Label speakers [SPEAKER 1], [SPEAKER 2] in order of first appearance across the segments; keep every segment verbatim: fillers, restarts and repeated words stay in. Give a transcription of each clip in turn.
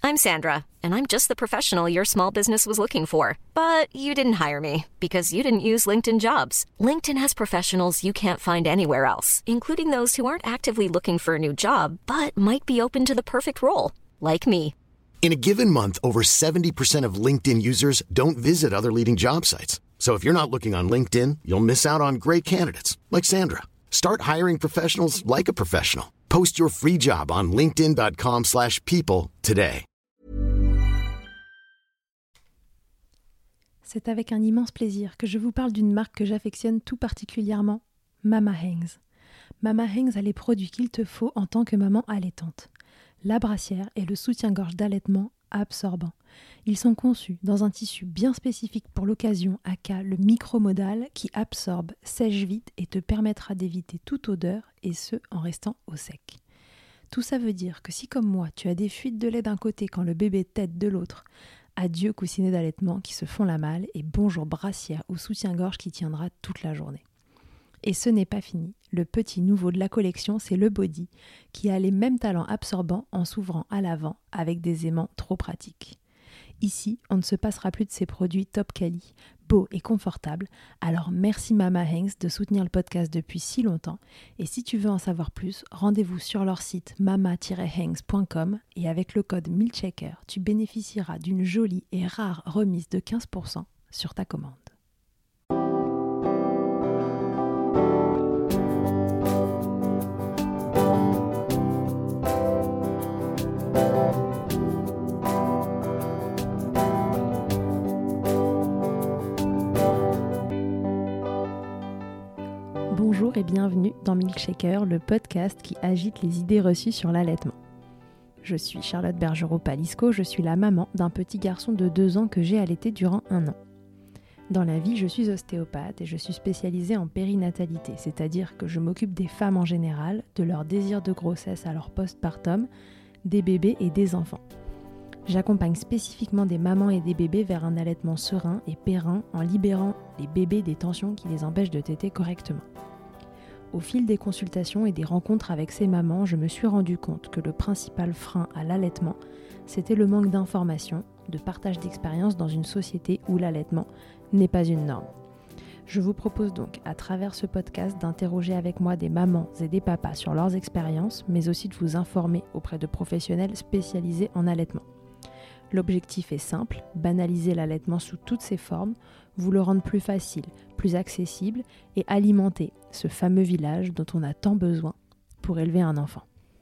[SPEAKER 1] I'm Sandra, and I'm just the professional your small business was looking for. But you didn't hire me because you didn't use LinkedIn Jobs. LinkedIn has professionals you can't find anywhere else, including those who aren't actively looking for a new job, but might be open to the perfect role, like me.
[SPEAKER 2] In a given month, over seventy percent of LinkedIn users don't visit other leading job sites. So if you're not looking on LinkedIn, you'll miss out on great candidates like Sandra. Start hiring professionals like a professional. Post your free job on linkedin.com slash people today.
[SPEAKER 3] C'est avec un immense plaisir que je vous parle d'une marque que j'affectionne tout particulièrement, Mama Hangs. Mama Hangs a les produits qu'il te faut en tant que maman allaitante. La brassière et le soutien-gorge d'allaitement absorbant. Ils sont conçus dans un tissu bien spécifique pour l'occasion, aka le micromodal, qui absorbe, sèche vite et te permettra d'éviter toute odeur, et ce, en restant au sec. Tout ça veut dire que si, comme moi, tu as des fuites de lait d'un côté quand le bébé tète de l'autre, adieu coussinet d'allaitement qui se font la malle et bonjour brassière ou soutien-gorge qui tiendra toute la journée. Et ce n'est pas fini. Le petit nouveau de la collection, c'est le body, qui a les mêmes talents absorbants en s'ouvrant à l'avant avec des aimants trop pratiques. Ici, on ne se passera plus de ces produits top quali, beaux et confortables. Alors merci Mama Hangs de soutenir le podcast depuis si longtemps. Et si tu veux en savoir plus, rendez-vous sur leur site mama tiret hangs point com et avec le code MILCHECKER, tu bénéficieras d'une jolie et rare remise de quinze pour cent sur ta commande. Bonjour et bienvenue dans Milkshaker, le podcast qui agite les idées reçues sur l'allaitement. Je suis Charlotte Bergerot-Palisco, je suis la maman d'un petit garçon de deux ans que j'ai allaité durant un an. Dans la vie, je suis ostéopathe et je suis spécialisée en périnatalité, c'est-à-dire que je m'occupe des femmes en général, de leur désir de grossesse à leur postpartum, des bébés et des enfants. J'accompagne spécifiquement des mamans et des bébés vers un allaitement serein et périn en libérant les bébés des tensions qui les empêchent de téter correctement. Au fil des consultations et des rencontres avec ces mamans, je me suis rendu compte que le principal frein à l'allaitement, c'était le manque d'information, de partage d'expérience dans une société où l'allaitement n'est pas une norme. Je vous propose donc, à travers ce podcast, d'interroger avec moi des mamans et des papas sur leurs expériences, mais aussi de vous informer auprès de professionnels spécialisés en allaitement. L'objectif est simple, banaliser l'allaitement sous toutes ses formes, vous le rendre plus facile, plus accessible et alimenter ce fameux village dont on a tant besoin pour élever un enfant.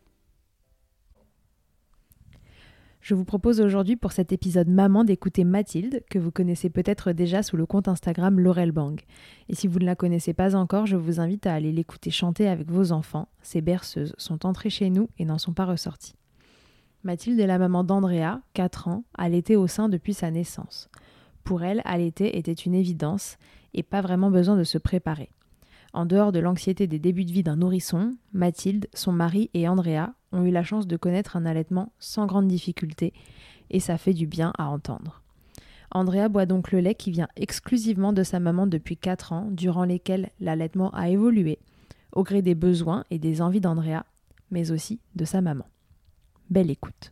[SPEAKER 3] Je vous propose aujourd'hui pour cet épisode maman d'écouter Mathilde, que vous connaissez peut-être déjà sous le compte Instagram Laurel Bang. Et si vous ne la connaissez pas encore, je vous invite à aller l'écouter chanter avec vos enfants. Ces berceuses sont entrées chez nous et n'en sont pas ressorties. Mathilde est la maman d'Andrea, quatre ans, allaitée au sein depuis sa naissance. Pour elle, allaiter était une évidence et pas vraiment besoin de se préparer. En dehors de l'anxiété des débuts de vie d'un nourrisson, Mathilde, son mari et Andrea ont eu la chance de connaître un allaitement sans grande difficulté et ça fait du bien à entendre. Andrea boit donc le lait qui vient exclusivement de sa maman depuis quatre ans, durant lesquels l'allaitement a évolué, au gré des besoins et des envies d'Andrea, mais aussi de sa maman. Belle écoute.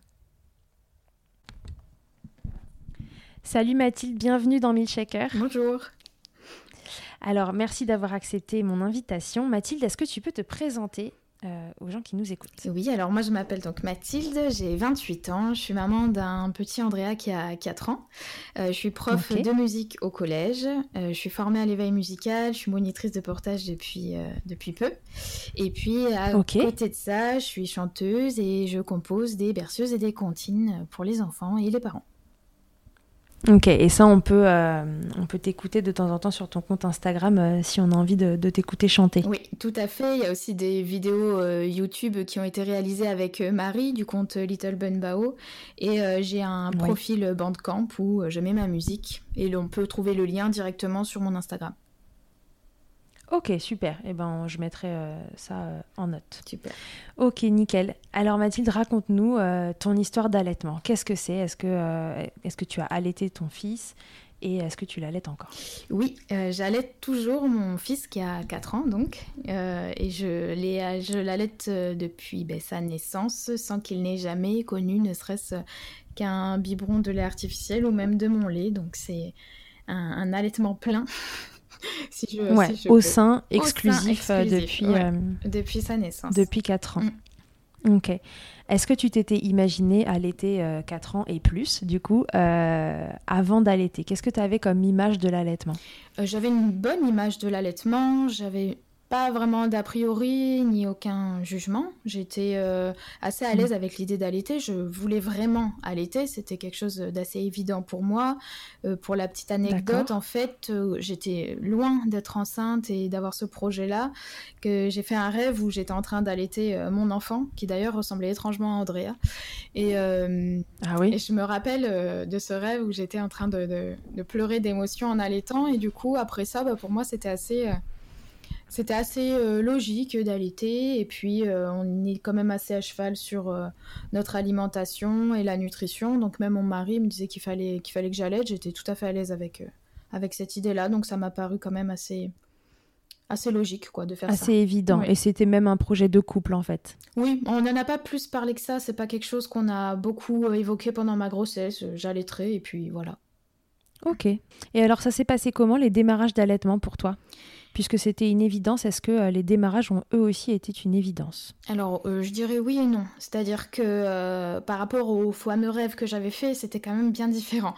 [SPEAKER 3] Salut Mathilde, bienvenue dans Milkshaker.
[SPEAKER 4] Bonjour.
[SPEAKER 3] Alors, merci d'avoir accepté mon invitation. Mathilde, est-ce que tu peux te présenter euh, aux gens qui nous écoutent ?
[SPEAKER 4] Oui, alors moi je m'appelle donc Mathilde, j'ai vingt-huit ans, je suis maman d'un petit Andrea qui a quatre ans. Euh, je suis prof okay. de musique au collège, euh, je suis formée à l'éveil musical, je suis monitrice de portage depuis, euh, depuis peu. Et puis à okay. côté de ça, je suis chanteuse et je compose des berceuses et des comptines pour les enfants et les parents.
[SPEAKER 3] Ok, et ça, on peut, euh, on peut t'écouter de temps en temps sur ton compte Instagram euh, si on a envie de, de t'écouter chanter.
[SPEAKER 4] Oui, tout à fait. Il y a aussi des vidéos euh, YouTube qui ont été réalisées avec euh, Marie du compte Little Bun Bao. Et euh, j'ai un oui. profil Bandcamp où euh, je mets ma musique. Et on peut trouver le lien directement sur mon Instagram.
[SPEAKER 3] Ok, super. Eh ben, je mettrai euh, ça euh, en note.
[SPEAKER 4] Super.
[SPEAKER 3] Ok, nickel. Alors Mathilde, raconte-nous euh, ton histoire d'allaitement. Qu'est-ce que c'est ? Est-ce que, euh, est-ce que tu as allaité ton fils ? Et est-ce que tu l'allaites encore ?
[SPEAKER 4] Oui, euh, j'allaite toujours mon fils qui a quatre ans, donc. Euh, et je, l'ai, je l'allaite depuis ben, sa naissance, sans qu'il n'ait jamais connu ne serait-ce qu'un biberon de lait artificiel ou même de mon lait. Donc c'est un, un allaitement plein. si je,
[SPEAKER 3] ouais,
[SPEAKER 4] si je
[SPEAKER 3] au
[SPEAKER 4] peux.
[SPEAKER 3] sein exclusif,
[SPEAKER 4] au sein exclusif
[SPEAKER 3] depuis,
[SPEAKER 4] ouais,
[SPEAKER 3] euh,
[SPEAKER 4] depuis sa naissance.
[SPEAKER 3] Depuis quatre ans. Mm. Ok. Est-ce que tu t'étais imaginé allaiter euh, quatre ans et plus, du coup, euh, avant d'allaiter? Qu'est-ce que tu avais comme image de l'allaitement?
[SPEAKER 4] euh, J'avais une bonne image de l'allaitement. J'avais pas vraiment d'a priori ni aucun jugement. J'étais euh, assez à l'aise mmh. avec l'idée d'allaiter. Je voulais vraiment allaiter. C'était quelque chose d'assez évident pour moi. Euh, pour la petite anecdote, D'accord. en fait, euh, j'étais loin d'être enceinte et d'avoir ce projet-là. Que j'ai fait un rêve où j'étais en train d'allaiter euh, mon enfant, qui d'ailleurs ressemblait étrangement à Andrea. Et, euh, ah oui. et je me rappelle euh, de ce rêve où j'étais en train de, de, de pleurer d'émotion en allaitant. Et du coup, après ça, bah, pour moi, c'était assez... Euh, C'était assez euh, logique d'allaiter et puis euh, on est quand même assez à cheval sur euh, notre alimentation et la nutrition. Donc même mon mari me disait qu'il fallait, qu'il fallait que j'allaite. J'étais tout à fait à l'aise avec, euh, avec cette idée-là. Donc ça m'a paru quand même assez, assez logique quoi, de faire
[SPEAKER 3] assez
[SPEAKER 4] ça.
[SPEAKER 3] Assez évident. Oui. Et c'était même un projet de couple en fait.
[SPEAKER 4] Oui, on n'en a pas plus parlé que ça. C'est pas quelque chose qu'on a beaucoup évoqué pendant ma grossesse. J'allaiterai et puis voilà.
[SPEAKER 3] Ok. Et alors ça s'est passé comment les démarrages d'allaitement pour toi ? Puisque c'était une évidence, est-ce que euh, les démarrages ont eux aussi été une évidence ?
[SPEAKER 4] Alors, euh, je dirais oui et non. C'est-à-dire que euh, par rapport au fameux rêve que j'avais fait, c'était quand même bien différent.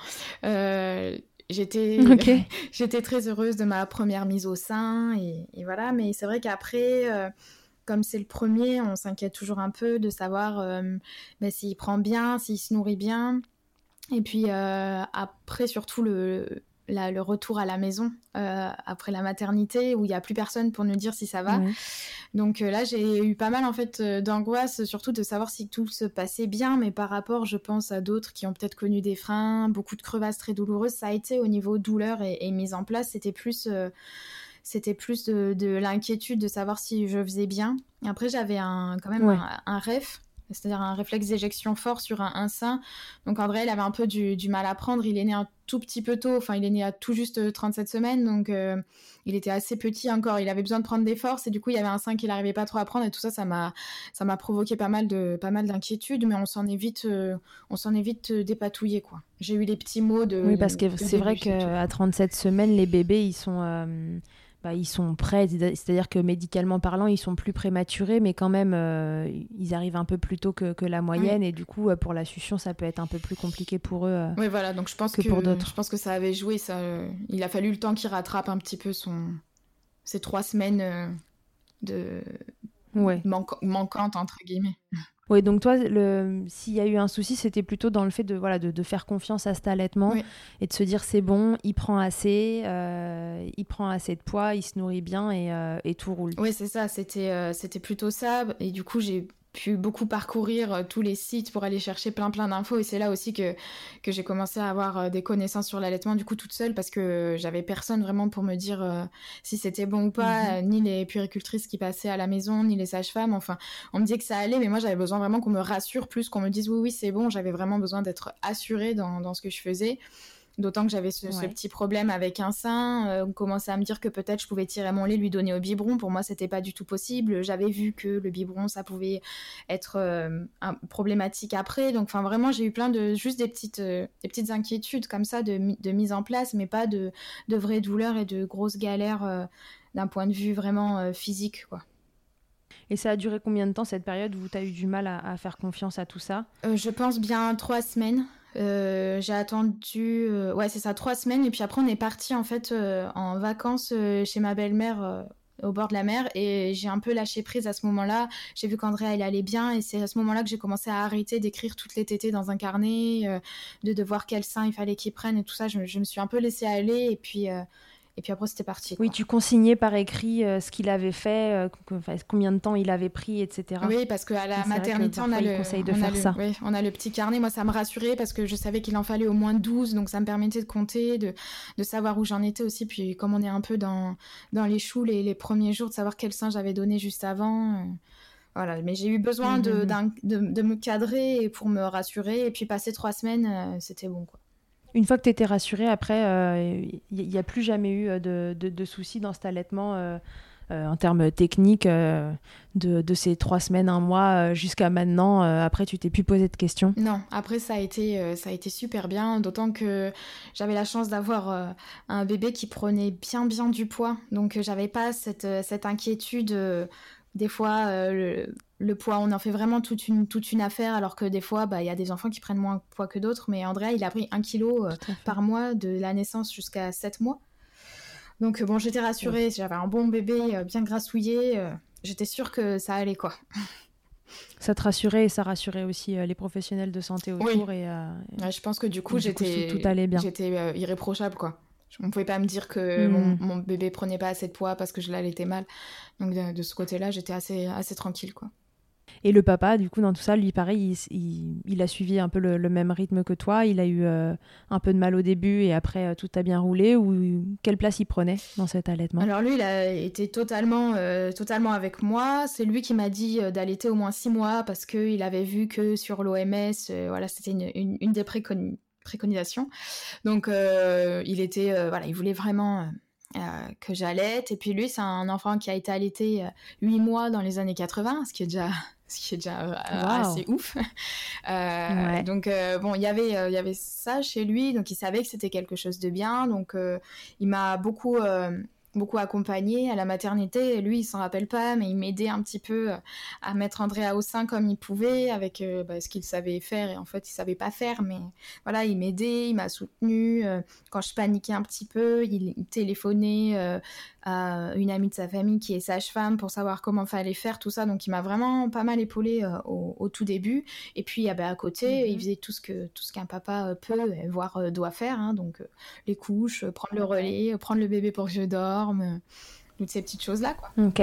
[SPEAKER 4] Euh, j'étais, okay. j'étais très heureuse de ma première mise au sein, et, et voilà. Mais c'est vrai qu'après, euh, comme c'est le premier, on s'inquiète toujours un peu de savoir euh, ben, s'il prend bien, s'il se nourrit bien. Et puis euh, après, surtout le... La, le retour à la maison euh, après la maternité où il n'y a plus personne pour nous dire si ça va. Ouais. Donc euh, là, j'ai eu pas mal en fait euh, d'angoisse, surtout de savoir si tout se passait bien, mais par rapport, je pense, à d'autres qui ont peut-être connu des freins, beaucoup de crevasses très douloureuses, ça a été au niveau douleur et, et mise en place, c'était plus, euh, c'était plus de, de l'inquiétude de savoir si je faisais bien. Après, j'avais un, quand même ouais. un, un rêve, c'est-à-dire un réflexe d'éjection fort sur un, un sein. Donc André, il avait un peu du, du mal à prendre. Il est né un tout petit peu tôt, enfin il est né à tout juste trente-sept semaines, donc euh, il était assez petit encore. Il avait besoin de prendre des forces et du coup il y avait un sein qu'il n'arrivait pas trop à prendre et tout ça, ça m'a, ça m'a provoqué pas mal de, pas mal d'inquiétudes, mais on s'en est vite, euh, on s'en est vite dépatouillé quoi. J'ai eu les petits mots de.
[SPEAKER 3] Oui, parce que
[SPEAKER 4] de
[SPEAKER 3] c'est
[SPEAKER 4] début,
[SPEAKER 3] vrai qu'à trente-sept semaines, les bébés ils sont. Euh... Bah, ils sont prêts, c'est-à-dire que médicalement parlant, ils sont plus prématurés, mais quand même, euh, ils arrivent un peu plus tôt que, que la moyenne, oui. Et du coup, pour la succion, ça peut être un peu plus compliqué pour eux euh,
[SPEAKER 4] oui, voilà, donc je pense
[SPEAKER 3] que,
[SPEAKER 4] que
[SPEAKER 3] pour d'autres.
[SPEAKER 4] Je pense que ça avait joué, ça, euh, il a fallu le temps qu'il rattrape un petit peu son, ces trois semaines euh, de
[SPEAKER 3] ouais.
[SPEAKER 4] manqu- manquantes, entre guillemets.
[SPEAKER 3] Oui, donc toi, le... s'il y a eu un souci, c'était plutôt dans le fait de, voilà, de, de faire confiance à cet allaitement oui. Et de se dire c'est bon, il prend assez, euh, il prend assez de poids, il se nourrit bien et, euh, et tout roule.
[SPEAKER 4] Oui, c'est ça, c'était, euh, c'était plutôt ça. Et du coup, j'ai pu beaucoup parcourir euh, tous les sites pour aller chercher plein plein d'infos. Et c'est là aussi que, que j'ai commencé à avoir euh, des connaissances sur l'allaitement, du coup toute seule, parce que j'avais personne vraiment pour me dire euh, si c'était bon ou pas, mm-hmm. euh, ni les puéricultrices qui passaient à la maison, ni les sages-femmes. Enfin, on me disait que ça allait, mais moi j'avais besoin vraiment qu'on me rassure plus, qu'on me dise oui, oui, c'est bon. J'avais vraiment besoin d'être assurée dans, dans ce que je faisais. D'autant que j'avais ce, ouais. ce petit problème avec un sein. Euh, on commençait à me dire que peut-être je pouvais tirer mon lait, lui donner au biberon. Pour moi, c'était pas du tout possible. J'avais vu que le biberon, ça pouvait être euh, un, problématique après. Donc, enfin, vraiment, j'ai eu plein de juste des petites, euh, des petites inquiétudes comme ça de, de mise en place, mais pas de, de vraies douleurs et de grosses galères euh, d'un point de vue vraiment euh, physique, quoi.
[SPEAKER 3] Et ça a duré combien de temps, cette période où tu as eu du mal à, à faire confiance à tout ça ?
[SPEAKER 4] euh, Je pense bien trois semaines. Euh, j'ai attendu, euh, ouais c'est ça, trois semaines, et puis après on est parti en fait euh, en vacances euh, chez ma belle-mère euh, au bord de la mer, et j'ai un peu lâché prise à ce moment-là. J'ai vu qu'Andrea elle allait bien, et c'est à ce moment-là que j'ai commencé à arrêter d'écrire toutes les tétées dans un carnet, euh, de, de voir quel sein il fallait qu'il prenne et tout ça. Je, je me suis un peu laissée aller, et puis euh, Et puis après, c'était parti. Quoi.
[SPEAKER 3] Oui, tu consignais par écrit euh, ce qu'il avait fait, euh, combien de temps il avait pris, et cetera.
[SPEAKER 4] Oui, parce qu'à la maternité, on a le,
[SPEAKER 3] conseille de
[SPEAKER 4] on
[SPEAKER 3] faire
[SPEAKER 4] a le,
[SPEAKER 3] ça.
[SPEAKER 4] Oui, on a le petit carnet. Moi, ça me rassurait parce que je savais qu'il en fallait au moins douze. Donc, ça me permettait de compter, de, de savoir où j'en étais aussi. Puis, comme on est un peu dans, dans les choux, les, les premiers jours, de savoir quel sein j'avais donné juste avant. Euh, voilà. Mais j'ai eu besoin mmh, de, mmh. de, de me cadrer pour me rassurer. Et puis, passer trois semaines, euh, c'était bon, quoi.
[SPEAKER 3] Une fois que tu étais rassurée, après, il euh, n'y a plus jamais eu de, de, de soucis dans cet allaitement euh, euh, en termes techniques euh, de, de ces trois semaines, un mois euh, jusqu'à maintenant. Euh, après, tu t'es plus posé de questions?
[SPEAKER 4] Non, après ça a été, euh, ça a été super bien, d'autant que j'avais la chance d'avoir euh, un bébé qui prenait bien bien du poids, donc euh, j'avais pas cette, euh, cette inquiétude. Euh, des fois, euh, le, le poids, on en fait vraiment toute une, toute une affaire, alors que des fois, bah, y a des enfants qui prennent moins de poids que d'autres, mais Andrea, il a pris un kilo euh, par mois de la naissance jusqu'à sept mois. Donc bon, j'étais rassurée, oui. J'avais un bon bébé, euh, bien grassouillé, euh, j'étais sûre que ça allait, quoi.
[SPEAKER 3] Ça te rassurait et ça rassurait aussi euh, les professionnels de santé autour.
[SPEAKER 4] Oui.
[SPEAKER 3] Et, euh,
[SPEAKER 4] ouais, je pense que du coup, j'étais,
[SPEAKER 3] du coup, tout allait bien.
[SPEAKER 4] J'étais euh, irréprochable, quoi. On ne pouvait pas me dire que mmh. mon, mon bébé prenait pas assez de poids parce que je l'allaitais mal. Donc de, de ce côté-là, j'étais assez, assez tranquille, quoi.
[SPEAKER 3] Et le papa, du coup, dans tout ça, lui, pareil, il, il, il a suivi un peu le, le même rythme que toi. Il a eu euh, un peu de mal au début et après, euh, tout a bien roulé. Ou quelle place il prenait dans cet allaitement?
[SPEAKER 4] Alors lui, il a été totalement, euh, totalement avec moi. C'est lui qui m'a dit euh, d'allaiter au moins six mois parce qu'il avait vu que sur l'O M S, euh, voilà, c'était une, une, une des préconisations. préconisation. Donc euh, il était euh, voilà, il voulait vraiment euh, que j'allaite. Et puis lui, c'est un enfant qui a été allaité euh, huit mois dans les années quatre-vingts, ce qui est déjà ce qui est déjà euh, wow. assez ouf. Euh, ouais. Donc euh, bon, il y avait il euh, y avait ça chez lui, donc il savait que c'était quelque chose de bien. Donc euh, il m'a beaucoup euh, beaucoup accompagnée à la maternité. Lui, il s'en rappelle pas, mais il m'aidait un petit peu à mettre Andrea au sein comme il pouvait, avec euh, bah, ce qu'il savait faire. Et en fait, il savait pas faire, mais voilà, il m'aidait, il m'a soutenue. Euh, quand je paniquais un petit peu, il, il téléphonait euh, à une amie de sa famille qui est sage-femme pour savoir comment fallait faire tout ça. Donc, il m'a vraiment pas mal épaulée euh, au, au tout début. Et puis, ah bah, à côté, mm-hmm. il faisait tout ce que tout ce qu'un papa peut, voire euh, doit faire. Hein, donc, euh, les couches, euh, prendre le relais, euh, prendre le bébé pour que je dorme. Toutes ces petites choses-là, quoi.
[SPEAKER 3] Ok.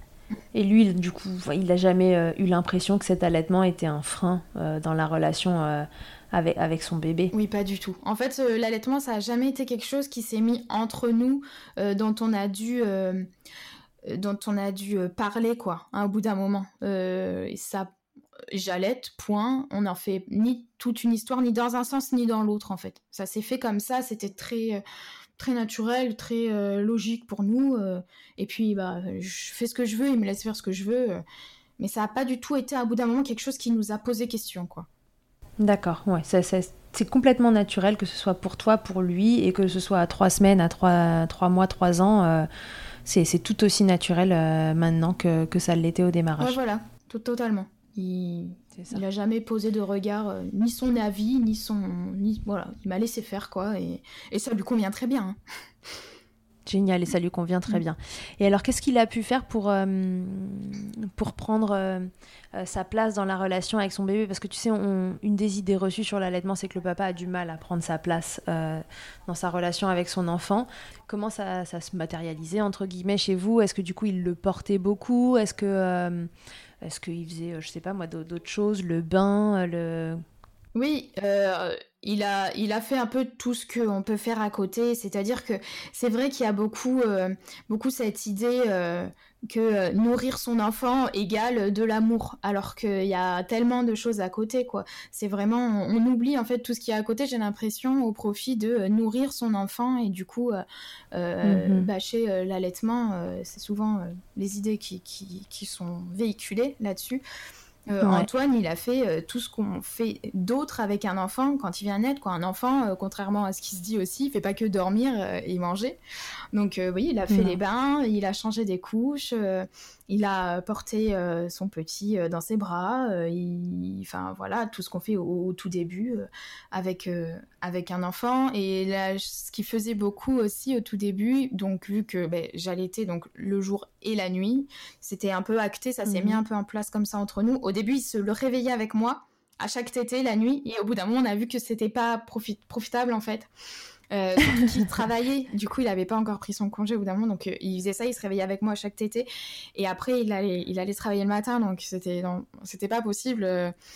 [SPEAKER 3] Et lui, du coup, il n'a jamais euh, eu l'impression que cet allaitement était un frein euh, dans la relation euh, avec, avec son bébé?
[SPEAKER 4] Oui, pas du tout. En fait, euh, l'allaitement, ça n'a jamais été quelque chose qui s'est mis entre nous, euh, dont on a dû... Euh, dont on a dû euh, parler, quoi, hein, au bout d'un moment. Euh, ça... J'allaite, point. On n'en fait ni toute une histoire, ni dans un sens, ni dans l'autre, en fait. Ça s'est fait comme ça, c'était très... Euh, très naturel, très euh, logique pour nous. Euh, et puis, bah, je fais ce que je veux, il me laisse faire ce que je veux. Euh, mais ça n'a pas du tout été, à bout d'un moment, quelque chose qui nous a posé question, quoi.
[SPEAKER 3] D'accord, ouais. Ça, ça, c'est complètement naturel, que ce soit pour toi, pour lui, et que ce soit à trois semaines, à trois, trois mois, trois ans. Euh, c'est, c'est tout aussi naturel euh, maintenant que, que ça l'était au démarrage.
[SPEAKER 4] Ouais, voilà, tout, totalement. Il... Il n'a jamais posé de regard, euh, ni son avis, ni son... Ni... Voilà, il m'a laissé faire, quoi, et, et ça lui convient très bien. Hein.
[SPEAKER 3] Génial, et ça lui convient très mmh. bien. Et alors, qu'est-ce qu'il a pu faire pour, euh, pour prendre euh, euh, sa place dans la relation avec son bébé? Parce que tu sais, on, une des idées reçues sur l'allaitement, c'est que le papa a du mal à prendre sa place euh, dans sa relation avec son enfant. Comment ça, ça se matérialisait, entre guillemets, chez vous? Est-ce que du coup, il le portait beaucoup? Est-ce que... Euh, Est-ce qu'il faisait, je sais pas moi, d'autres choses, le bain, le...
[SPEAKER 4] Oui, euh, il a, il a fait un peu tout ce qu'on peut faire à côté. C'est-à-dire que c'est vrai qu'il y a beaucoup, euh, beaucoup cette idée euh, que euh, nourrir son enfant égale de l'amour, alors qu'il y a tellement de choses à côté, quoi. C'est vraiment, on, on oublie en fait tout ce qu'il y a à côté, j'ai l'impression, au profit de euh, nourrir son enfant. Et du coup, euh, euh, mm-hmm. bâcher euh, l'allaitement, euh, c'est souvent euh, les idées qui, qui, qui sont véhiculées là-dessus. Euh, ouais. Antoine, il a fait euh, tout ce qu'on fait d'autre avec un enfant quand il vient naître, quoi. Un enfant, euh, contrairement à ce qui se dit aussi, il fait pas que dormir euh, et manger. Donc euh, oui, il a fait non. les bains, il a changé des couches, euh, il a porté euh, son petit euh, dans ses bras, euh, il... enfin voilà, tout ce qu'on fait au, au tout début euh, avec euh, avec un enfant. Et là, ce qui faisait beaucoup aussi au tout début, donc vu que ben, j'allaitais donc le jour et la nuit, c'était un peu acté, ça mmh. s'est mis un peu en place comme ça entre nous. Au début, il se le réveillait avec moi à chaque tétée la nuit, et au bout d'un moment, on a vu que c'était pas profit- profitable en fait. Euh, surtout qu'il travaillait, du coup il avait pas encore pris son congé au bout d'un moment, donc euh, il faisait ça, il se réveillait avec moi à chaque tétée, et après il allait, il allait travailler le matin, donc c'était, non, c'était pas possible. Euh,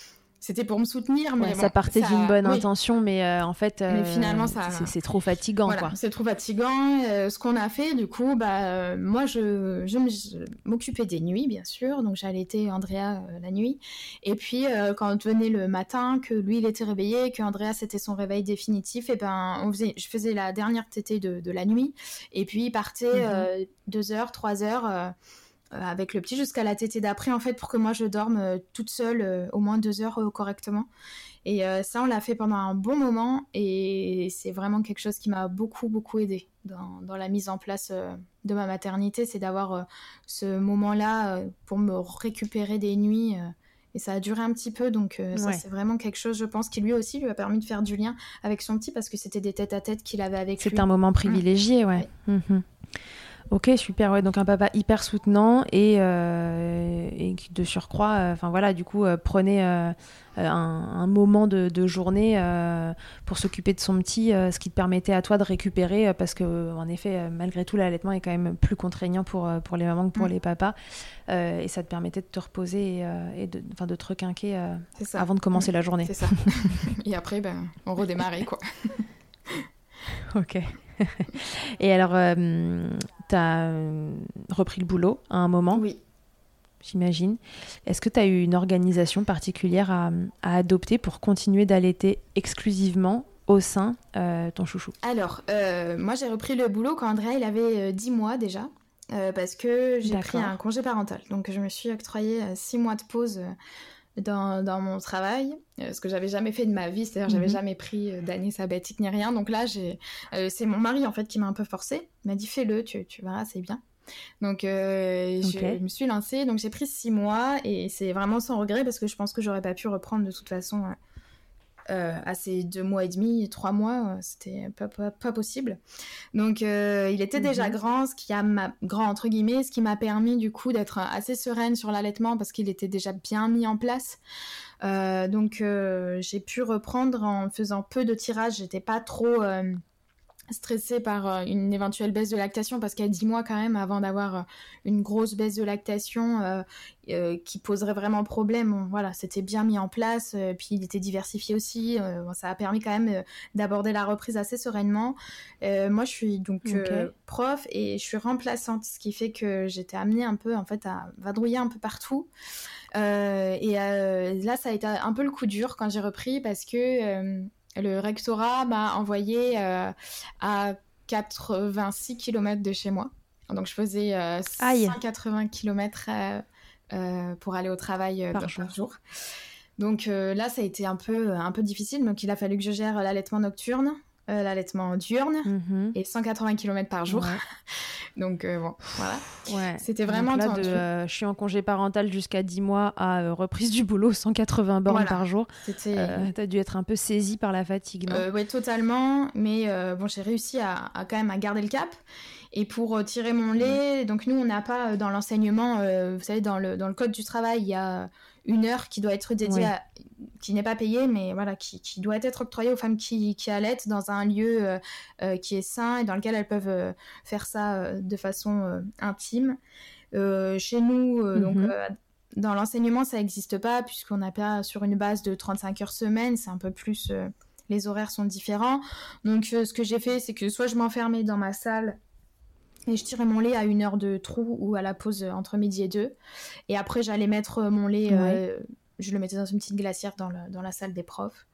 [SPEAKER 4] c'était pour me soutenir. Mais
[SPEAKER 3] ouais,
[SPEAKER 4] bon,
[SPEAKER 3] ça partait
[SPEAKER 4] ça...
[SPEAKER 3] d'une bonne
[SPEAKER 4] oui.
[SPEAKER 3] intention, mais euh, en fait, euh,
[SPEAKER 4] mais finalement, ça...
[SPEAKER 3] c'est, c'est trop fatigant.
[SPEAKER 4] Voilà,
[SPEAKER 3] quoi.
[SPEAKER 4] c'est trop fatigant. Euh, ce qu'on a fait, du coup, bah, euh, moi, je, je, je m'occupais des nuits, bien sûr. Donc, j'allaitais Andrea euh, la nuit. Et puis, euh, quand venait le matin, que lui, il était réveillé, que Andrea, c'était son réveil définitif, et ben, on faisait, je faisais la dernière tétée de, de la nuit. Et puis, il partait mm-hmm. euh, deux heures, trois heures... Euh, avec le petit jusqu'à la tétée d'après, en fait, pour que moi, je dorme euh, toute seule euh, au moins deux heures euh, correctement. Et euh, ça, on l'a fait pendant un bon moment. Et c'est vraiment quelque chose qui m'a beaucoup, beaucoup aidée dans, dans la mise en place euh, de ma maternité. C'est d'avoir euh, ce moment-là euh, pour me récupérer des nuits. Euh, et ça a duré un petit peu. Donc, euh, ça, ouais. c'est vraiment quelque chose, je pense, qui lui aussi lui a permis de faire du lien avec son petit parce que c'était des tête-à-tête qu'il avait avec
[SPEAKER 3] c'est
[SPEAKER 4] lui.
[SPEAKER 3] C'est un moment privilégié, mmh. ouais. ouais. Mmh. Ok, super. Ouais, donc un papa hyper soutenant et, euh, et qui de surcroît, enfin euh, voilà, du coup, euh, prenait euh, un, un moment de, de journée euh, pour s'occuper de son petit, euh, ce qui te permettait à toi de récupérer, euh, parce que en effet, euh, malgré tout, l'allaitement est quand même plus contraignant pour euh, pour les mamans que pour mmh. les papas, euh, et ça te permettait de te reposer et, euh, et de, enfin, de te requinquer euh, avant de commencer mmh. la journée.
[SPEAKER 4] C'est ça. Et après, ben, on redémarrait quoi.
[SPEAKER 3] Ok. Et alors, euh, tu as repris le boulot à un moment,
[SPEAKER 4] oui.
[SPEAKER 3] j'imagine. Est-ce que tu as eu une organisation particulière à, à adopter pour continuer d'allaiter exclusivement au sein euh, ton chouchou ?
[SPEAKER 4] Alors, euh, moi, j'ai repris le boulot quand Andrea, il avait euh, dix mois déjà, euh, parce que j'ai D'accord. pris un congé parental. Donc, je me suis octroyé euh, six mois de pause euh, Dans, dans mon travail, euh, ce que j'avais jamais fait de ma vie, c'est-à-dire mm-hmm. j'avais jamais pris euh, d'année sabbatique ni rien, donc là j'ai, euh, c'est mon mari en fait qui m'a un peu forcée, il m'a dit fais-le, tu, tu verras, c'est bien. Donc euh, okay. je me suis lancée, donc j'ai pris six mois et c'est vraiment sans regret parce que je pense que j'aurais pas pu reprendre de toute façon euh, euh, à ces deux mois et demi, trois mois, euh, c'était pas, pas, pas possible. Donc euh, il était mm-hmm. déjà grand, ce qui a ma... grand entre guillemets, ce qui m'a permis du coup d'être assez sereine sur l'allaitement parce qu'il était déjà bien mis en place. Euh, donc euh, j'ai pu reprendre en faisant peu de tirages, j'étais pas trop euh, stressée par euh, une éventuelle baisse de lactation parce qu'à dix mois quand même, avant d'avoir euh, une grosse baisse de lactation euh, euh, qui poserait vraiment problème, bon, voilà, c'était bien mis en place, euh, puis il était diversifié aussi, euh, bon, ça a permis quand même euh, d'aborder la reprise assez sereinement. Euh, moi je suis donc okay. euh, prof et je suis remplaçante, ce qui fait que j'étais amenée un peu en fait à vadrouiller un peu partout. Euh, et euh, là ça a été un peu le coup dur quand j'ai repris parce que euh, le rectorat m'a envoyé euh, à quatre-vingt-six kilomètres de chez moi. Donc, je faisais euh, cent quatre-vingts kilomètres euh, euh, pour aller au travail euh, par, jour. par jour. Donc euh, là, ça a été un peu, un peu difficile. Donc, il a fallu que je gère l'allaitement nocturne, euh, l'allaitement diurne mm-hmm. et cent quatre-vingts kilomètres par jour. Ouais. Donc, euh, bon, voilà.
[SPEAKER 3] Ouais.
[SPEAKER 4] C'était vraiment
[SPEAKER 3] là,
[SPEAKER 4] tendu.
[SPEAKER 3] De, euh, je suis en congé parental jusqu'à dix mois à euh, reprise du boulot, cent quatre-vingts bornes voilà. par jour. C'était... Euh, t'as dû être un peu saisie par la fatigue, non ?
[SPEAKER 4] euh, Oui, totalement. Mais euh, bon, j'ai réussi à, à quand même à garder le cap. Et pour euh, tirer mon lait, mmh. donc nous, on n'a pas euh, dans l'enseignement, euh, vous savez, dans le, dans le code du travail, il y a une heure qui doit être dédiée, oui. à, qui n'est pas payée, mais voilà, qui, qui doit être octroyée aux femmes qui, qui allaitent dans un lieu euh, euh, qui est sain et dans lequel elles peuvent euh, faire ça euh, de façon euh, intime. Euh, chez nous, euh, mmh. donc, euh, dans l'enseignement, ça n'existe pas, puisqu'on n'a pas sur une base de trente-cinq heures semaine, c'est un peu plus... Euh, les horaires sont différents. Donc, euh, ce que j'ai fait, c'est que soit je m'enfermais dans ma salle et je tirais mon lait à une heure de trou ou à la pause entre midi et deux. Et après, j'allais mettre mon lait, ouais. euh, je le mettais dans une petite glacière dans, le, dans la salle des profs.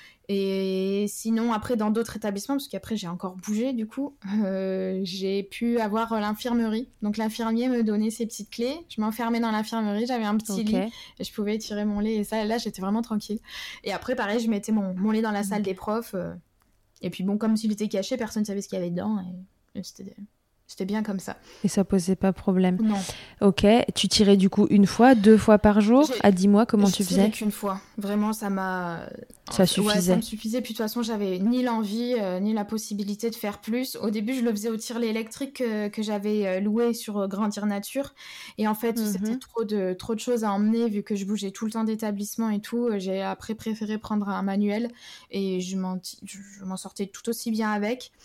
[SPEAKER 4] Et sinon, après, dans d'autres établissements, parce qu'après, j'ai encore bougé, du coup, euh, j'ai pu avoir l'infirmerie. Donc, l'infirmier me donnait ses petites clés. Je m'enfermais dans l'infirmerie, j'avais un petit okay. lit et je pouvais tirer mon lait. Et ça, là, j'étais vraiment tranquille. Et après, pareil, je mettais mon, mon lait dans la salle okay. des profs. Euh, et puis, bon, comme s'il était caché, personne ne savait ce qu'il y avait dedans. Et, et c'était... C'était bien comme ça.
[SPEAKER 3] Et ça posait pas problème.
[SPEAKER 4] Non.
[SPEAKER 3] Ok. Tu tirais du coup une fois, deux fois par jour
[SPEAKER 4] J'ai...
[SPEAKER 3] à dix mois. Comment
[SPEAKER 4] je
[SPEAKER 3] tu faisais ?
[SPEAKER 4] Je tirais qu'une fois. Vraiment, ça m'a.
[SPEAKER 3] Ça suffisait.
[SPEAKER 4] Ouais, ça me suffisait. Puis de toute façon, j'avais ni l'envie euh, ni la possibilité de faire plus. Au début, je le faisais au tire-lait électrique que, que j'avais euh, loué sur euh, Grandir Nature. Et en fait, mm-hmm. c'était trop de trop de choses à emmener vu que je bougeais tout le temps d'établissement et tout. J'ai après préféré prendre un manuel et je m'en je m'en sortais tout aussi bien avec.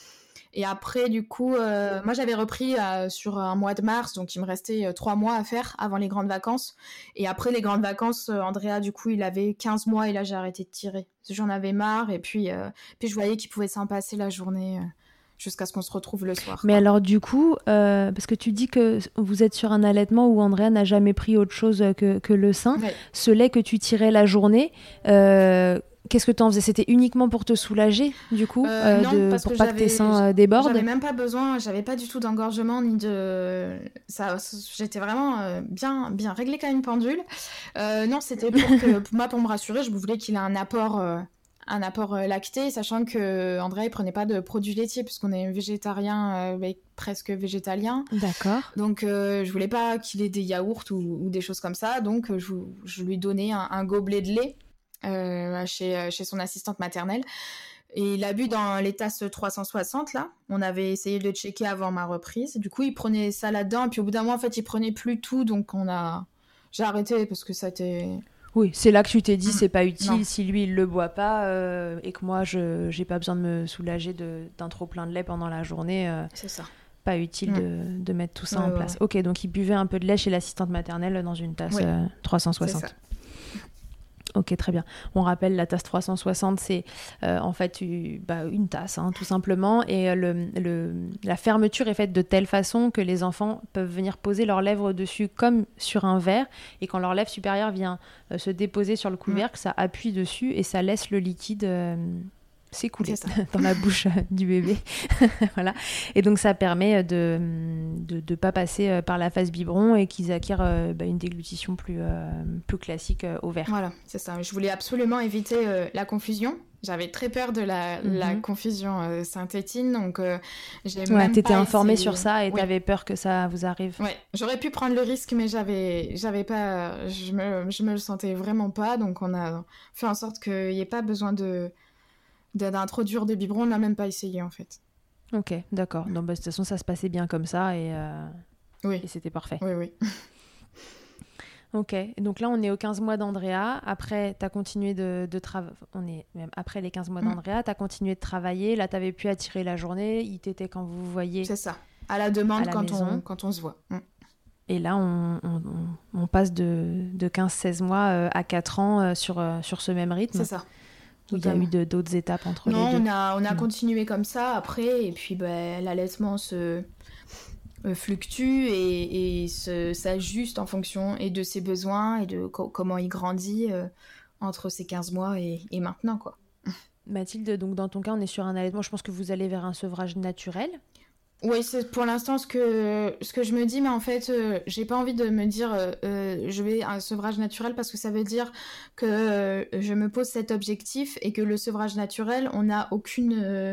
[SPEAKER 4] Et après, du coup, euh, moi, j'avais repris euh, sur un mois de mars, donc il me restait euh, trois mois à faire avant les grandes vacances. Et après les grandes vacances, euh, Andrea, du coup, il avait quinze mois et là, j'ai arrêté de tirer. Parce que j'en avais marre et puis, euh, puis je voyais qu'il pouvait s'en passer la journée euh, jusqu'à ce qu'on se retrouve le soir.
[SPEAKER 3] Mais
[SPEAKER 4] quoi.
[SPEAKER 3] alors, du coup, euh, parce que tu dis que vous êtes sur un allaitement où Andrea n'a jamais pris autre chose que, que le sein.
[SPEAKER 4] Ouais.
[SPEAKER 3] Ce lait que tu tirais la journée... Euh, Qu'est-ce que tu en faisais ? C'était uniquement pour te soulager, du coup,
[SPEAKER 4] Euh,
[SPEAKER 3] euh,
[SPEAKER 4] non,
[SPEAKER 3] de,
[SPEAKER 4] parce
[SPEAKER 3] pour
[SPEAKER 4] que
[SPEAKER 3] pas
[SPEAKER 4] j'avais,
[SPEAKER 3] que tes seins euh, débordent ?
[SPEAKER 4] j'avais même pas besoin, j'avais pas du tout d'engorgement ni de, ça, j'étais vraiment euh, bien, bien réglée comme une pendule. Euh, non, c'était pour que, pour moi, pour me rassurer, je voulais qu'il ait un apport, euh, un apport euh, lacté, sachant que André il prenait pas de produits laitiers puisqu'on est végétarien, euh, presque végétalien.
[SPEAKER 3] D'accord.
[SPEAKER 4] Donc euh, je voulais pas qu'il ait des yaourts ou, ou des choses comme ça, donc je, je lui donnais un, un gobelet de lait. Euh, chez, chez son assistante maternelle et il a bu dans les tasses trois cent soixante là, on avait essayé de checker avant ma reprise, du coup il prenait ça là-dedans et puis au bout d'un mois en fait il prenait plus tout, donc on a j'ai arrêté parce que ça était...
[SPEAKER 3] Oui, c'est là que tu t'es dit c'est pas utile
[SPEAKER 4] non.
[SPEAKER 3] Si lui il le boit pas euh, et que moi je j'ai pas besoin de me soulager de, d'un trop plein de lait pendant la journée, euh,
[SPEAKER 4] c'est ça,
[SPEAKER 3] pas utile
[SPEAKER 4] ouais.
[SPEAKER 3] de, de mettre tout ça
[SPEAKER 4] ouais,
[SPEAKER 3] en
[SPEAKER 4] ouais,
[SPEAKER 3] place.
[SPEAKER 4] ouais.
[SPEAKER 3] Ok, donc il buvait un peu de lait chez l'assistante maternelle dans une tasse
[SPEAKER 4] Oui.
[SPEAKER 3] euh, trois cent soixante.
[SPEAKER 4] C'est ça.
[SPEAKER 3] Ok, très bien. On rappelle, la tasse trois cent soixante, c'est euh, en fait une, bah, une tasse, hein, tout simplement. Et euh, le, le, la fermeture est faite de telle façon que les enfants peuvent venir poser leurs lèvres dessus comme sur un verre. Et quand leur lèvre supérieure vient euh, se déposer sur le couvercle, mmh. ça appuie dessus et ça laisse le liquide... Euh, s'écouler dans la bouche du bébé. Voilà. Et donc ça permet de de, de pas passer par la phase biberon et qu'ils acquièrent euh, bah, une déglutition plus euh, plus classique euh, au verre.
[SPEAKER 4] Voilà, c'est ça. Je voulais absolument éviter euh, la confusion. J'avais très peur de la, mm-hmm. la confusion euh, synthétine, donc euh, j'ai
[SPEAKER 3] ouais,
[SPEAKER 4] même
[SPEAKER 3] t'étais
[SPEAKER 4] pas
[SPEAKER 3] informée
[SPEAKER 4] essayé...
[SPEAKER 3] sur ça et
[SPEAKER 4] oui.
[SPEAKER 3] t'avais peur que ça vous arrive.
[SPEAKER 4] Ouais, j'aurais pu prendre le risque, mais j'avais, j'avais pas, je me, je me le sentais vraiment pas, donc on a fait en sorte qu'il n'y ait pas besoin de d'introduire des biberons, on n'a même pas essayé en fait.
[SPEAKER 3] Ok, d'accord. Donc bah, de toute façon ça se passait bien comme ça et, euh...
[SPEAKER 4] oui.
[SPEAKER 3] et c'était parfait.
[SPEAKER 4] Oui, oui.
[SPEAKER 3] Ok, donc là on est aux quinze mois d'Andrea, après t'as continué de, de travailler, on est même après les quinze mois d'Andrea, t'as continué de travailler, là t'avais pu attirer la journée, il t'était quand vous vous voyez.
[SPEAKER 4] C'est ça, à la demande à la quand, on, quand on se voit. Mm.
[SPEAKER 3] Et là on, on, on passe de, de quinze seize mois à quatre ans sur, sur ce même rythme.
[SPEAKER 4] C'est ça.
[SPEAKER 3] Où il y a eu de, d'autres étapes entre
[SPEAKER 4] non,
[SPEAKER 3] les deux.
[SPEAKER 4] Non, on a, on a mmh. continué comme ça après, et puis bah, l'allaitement se euh, fluctue et, et se, s'ajuste en fonction et de ses besoins et de co- comment il grandit euh, entre ces quinze mois et, et maintenant, quoi.
[SPEAKER 3] Mathilde, donc dans ton cas, on est sur un allaitement, je pense que vous allez vers un sevrage naturel.
[SPEAKER 4] Oui, c'est pour l'instant ce que, ce que je me dis, mais en fait, euh, j'ai pas envie de me dire euh, euh, je vais à un sevrage naturel parce que ça veut dire que euh, je me pose cet objectif et que le sevrage naturel, on n'a aucune, euh,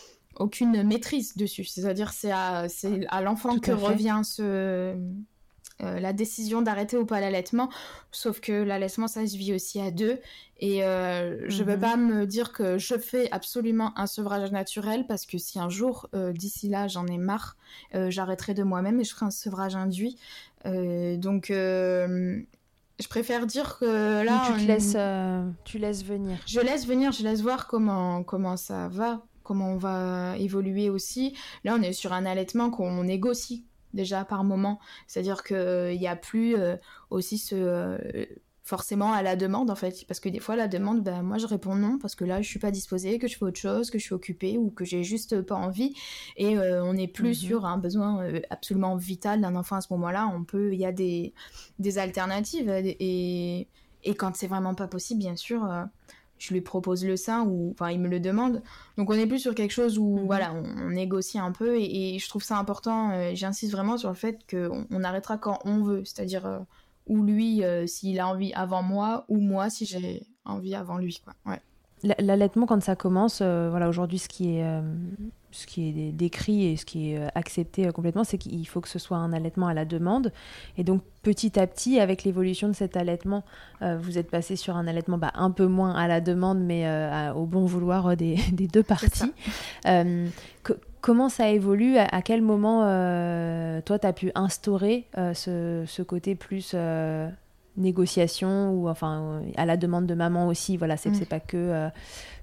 [SPEAKER 4] aucune maîtrise dessus. C'est-à-dire c'est à, c'est à l'enfant Tout que revient ce... Euh, la décision d'arrêter ou pas l'allaitement, sauf que l'allaitement ça se vit aussi à deux et euh, mm-hmm. je veux pas me dire que je fais absolument un sevrage naturel parce que si un jour euh, d'ici là j'en ai marre euh, j'arrêterai de moi-même et je ferai un sevrage induit euh, donc euh, je préfère dire que là
[SPEAKER 3] tu te
[SPEAKER 4] on...
[SPEAKER 3] laisses euh, tu laisses venir
[SPEAKER 4] je laisse venir je laisse voir comment comment ça va, comment on va évoluer aussi. Là on est sur un allaitement qu'on négocie déjà par moment, c'est-à-dire qu'il n'y euh, a plus euh, aussi ce euh, forcément à la demande en fait, parce que des fois la demande, ben, moi je réponds non parce que là je suis pas disposée, que je fais autre chose, que je suis occupée ou que j'ai juste pas envie et euh, on n'est plus mm-hmm. sur un besoin euh, absolument vital d'un enfant à ce moment-là. On peut, il y a des, des alternatives et, et quand c'est vraiment pas possible bien sûr euh, je lui propose le sein ou enfin il me le demande, donc on est plus sur quelque chose où mmh. voilà on, on négocie un peu et, et je trouve ça important, euh, j'insiste vraiment sur le fait qu'on on arrêtera quand on veut, c'est-à-dire euh, ou lui euh, s'il a envie avant moi ou moi si j'ai envie avant lui quoi. Ouais.
[SPEAKER 3] L'allaitement quand ça commence, euh, voilà aujourd'hui ce qui est euh, ce qui est décrit et ce qui est accepté complètement, c'est qu'il faut que ce soit un allaitement à la demande. Et donc petit à petit, avec l'évolution de cet allaitement, euh, vous êtes passé sur un allaitement bah, un peu moins à la demande, mais euh, à, au bon vouloir des, des deux parties. Euh, que, comment ça évolue ? À, à quel moment, euh, toi, tu as pu instaurer euh, ce, ce côté plus... Euh, négociation ou enfin à la demande de maman aussi, voilà, c'est, mmh. c'est pas que euh,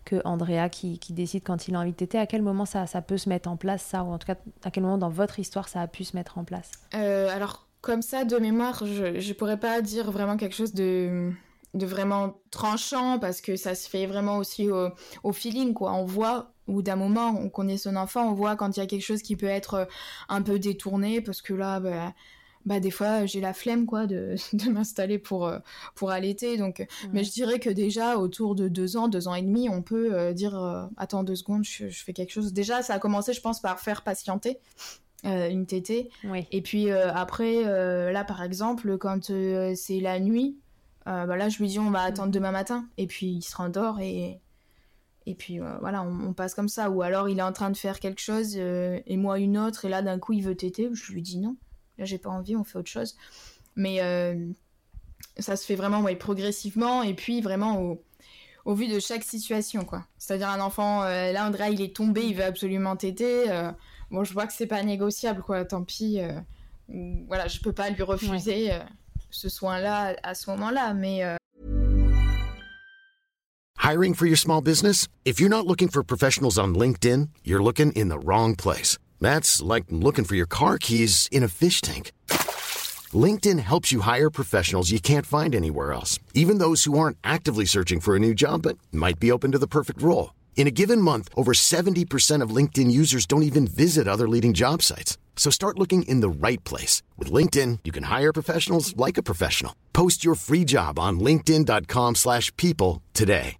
[SPEAKER 3] que Andrea qui, qui décide quand il a envie de téter. À quel moment ça, ça peut se mettre en place, ça, ou en tout cas, à quel moment dans votre histoire ça a pu se mettre en place?
[SPEAKER 4] euh, Alors, comme ça, de mémoire, je, je pourrais pas dire vraiment quelque chose de, de vraiment tranchant, parce que ça se fait vraiment aussi au, au feeling, quoi. On voit, ou d'un moment, on connaît son enfant, on voit quand il y a quelque chose qui peut être un peu détourné, parce que là, bah, bah des fois, j'ai la flemme, quoi, de, de m'installer pour, pour allaiter. Donc, ouais. Mais je dirais que déjà, autour de deux ans, deux ans et demi, on peut euh, dire euh, « Attends deux secondes, je, je fais quelque chose ». Déjà, ça a commencé, je pense, par faire patienter. Euh, une tétée. Oui. Et puis euh, après, euh, là par exemple, quand euh, c'est la nuit, euh, bah là je lui dis on va attendre demain matin. Et puis il se rendort et, et puis euh, voilà, on, on passe comme ça. Ou alors il est en train de faire quelque chose euh, et moi une autre, et là d'un coup il veut téter, je lui dis non, là j'ai pas envie, on fait autre chose. Mais euh, ça se fait vraiment ouais, progressivement et puis vraiment au, au vu de chaque situation, quoi. C'est-à-dire un enfant, euh, là Andrea il est tombé, il veut absolument téter. Euh, Bon, je vois que c'est pas négociable, quoi. Tant pis. Euh, voilà, je peux pas lui refuser ouais. euh, ce soin-là à ce moment-là, mais. Euh...
[SPEAKER 2] Hiring for your small business? If you're not looking for professionals on LinkedIn, you're looking in the wrong place. That's like looking for your car keys in a fish tank. LinkedIn helps you hire professionals you can't find anywhere else, even those who aren't actively searching for a new job but might be open to the perfect role. In a given month, over seventy percent of LinkedIn users don't even visit other leading job sites. So start looking in the right place. With LinkedIn, you can hire professionals like a professional. Post your free job on linkedin dot com slash people today.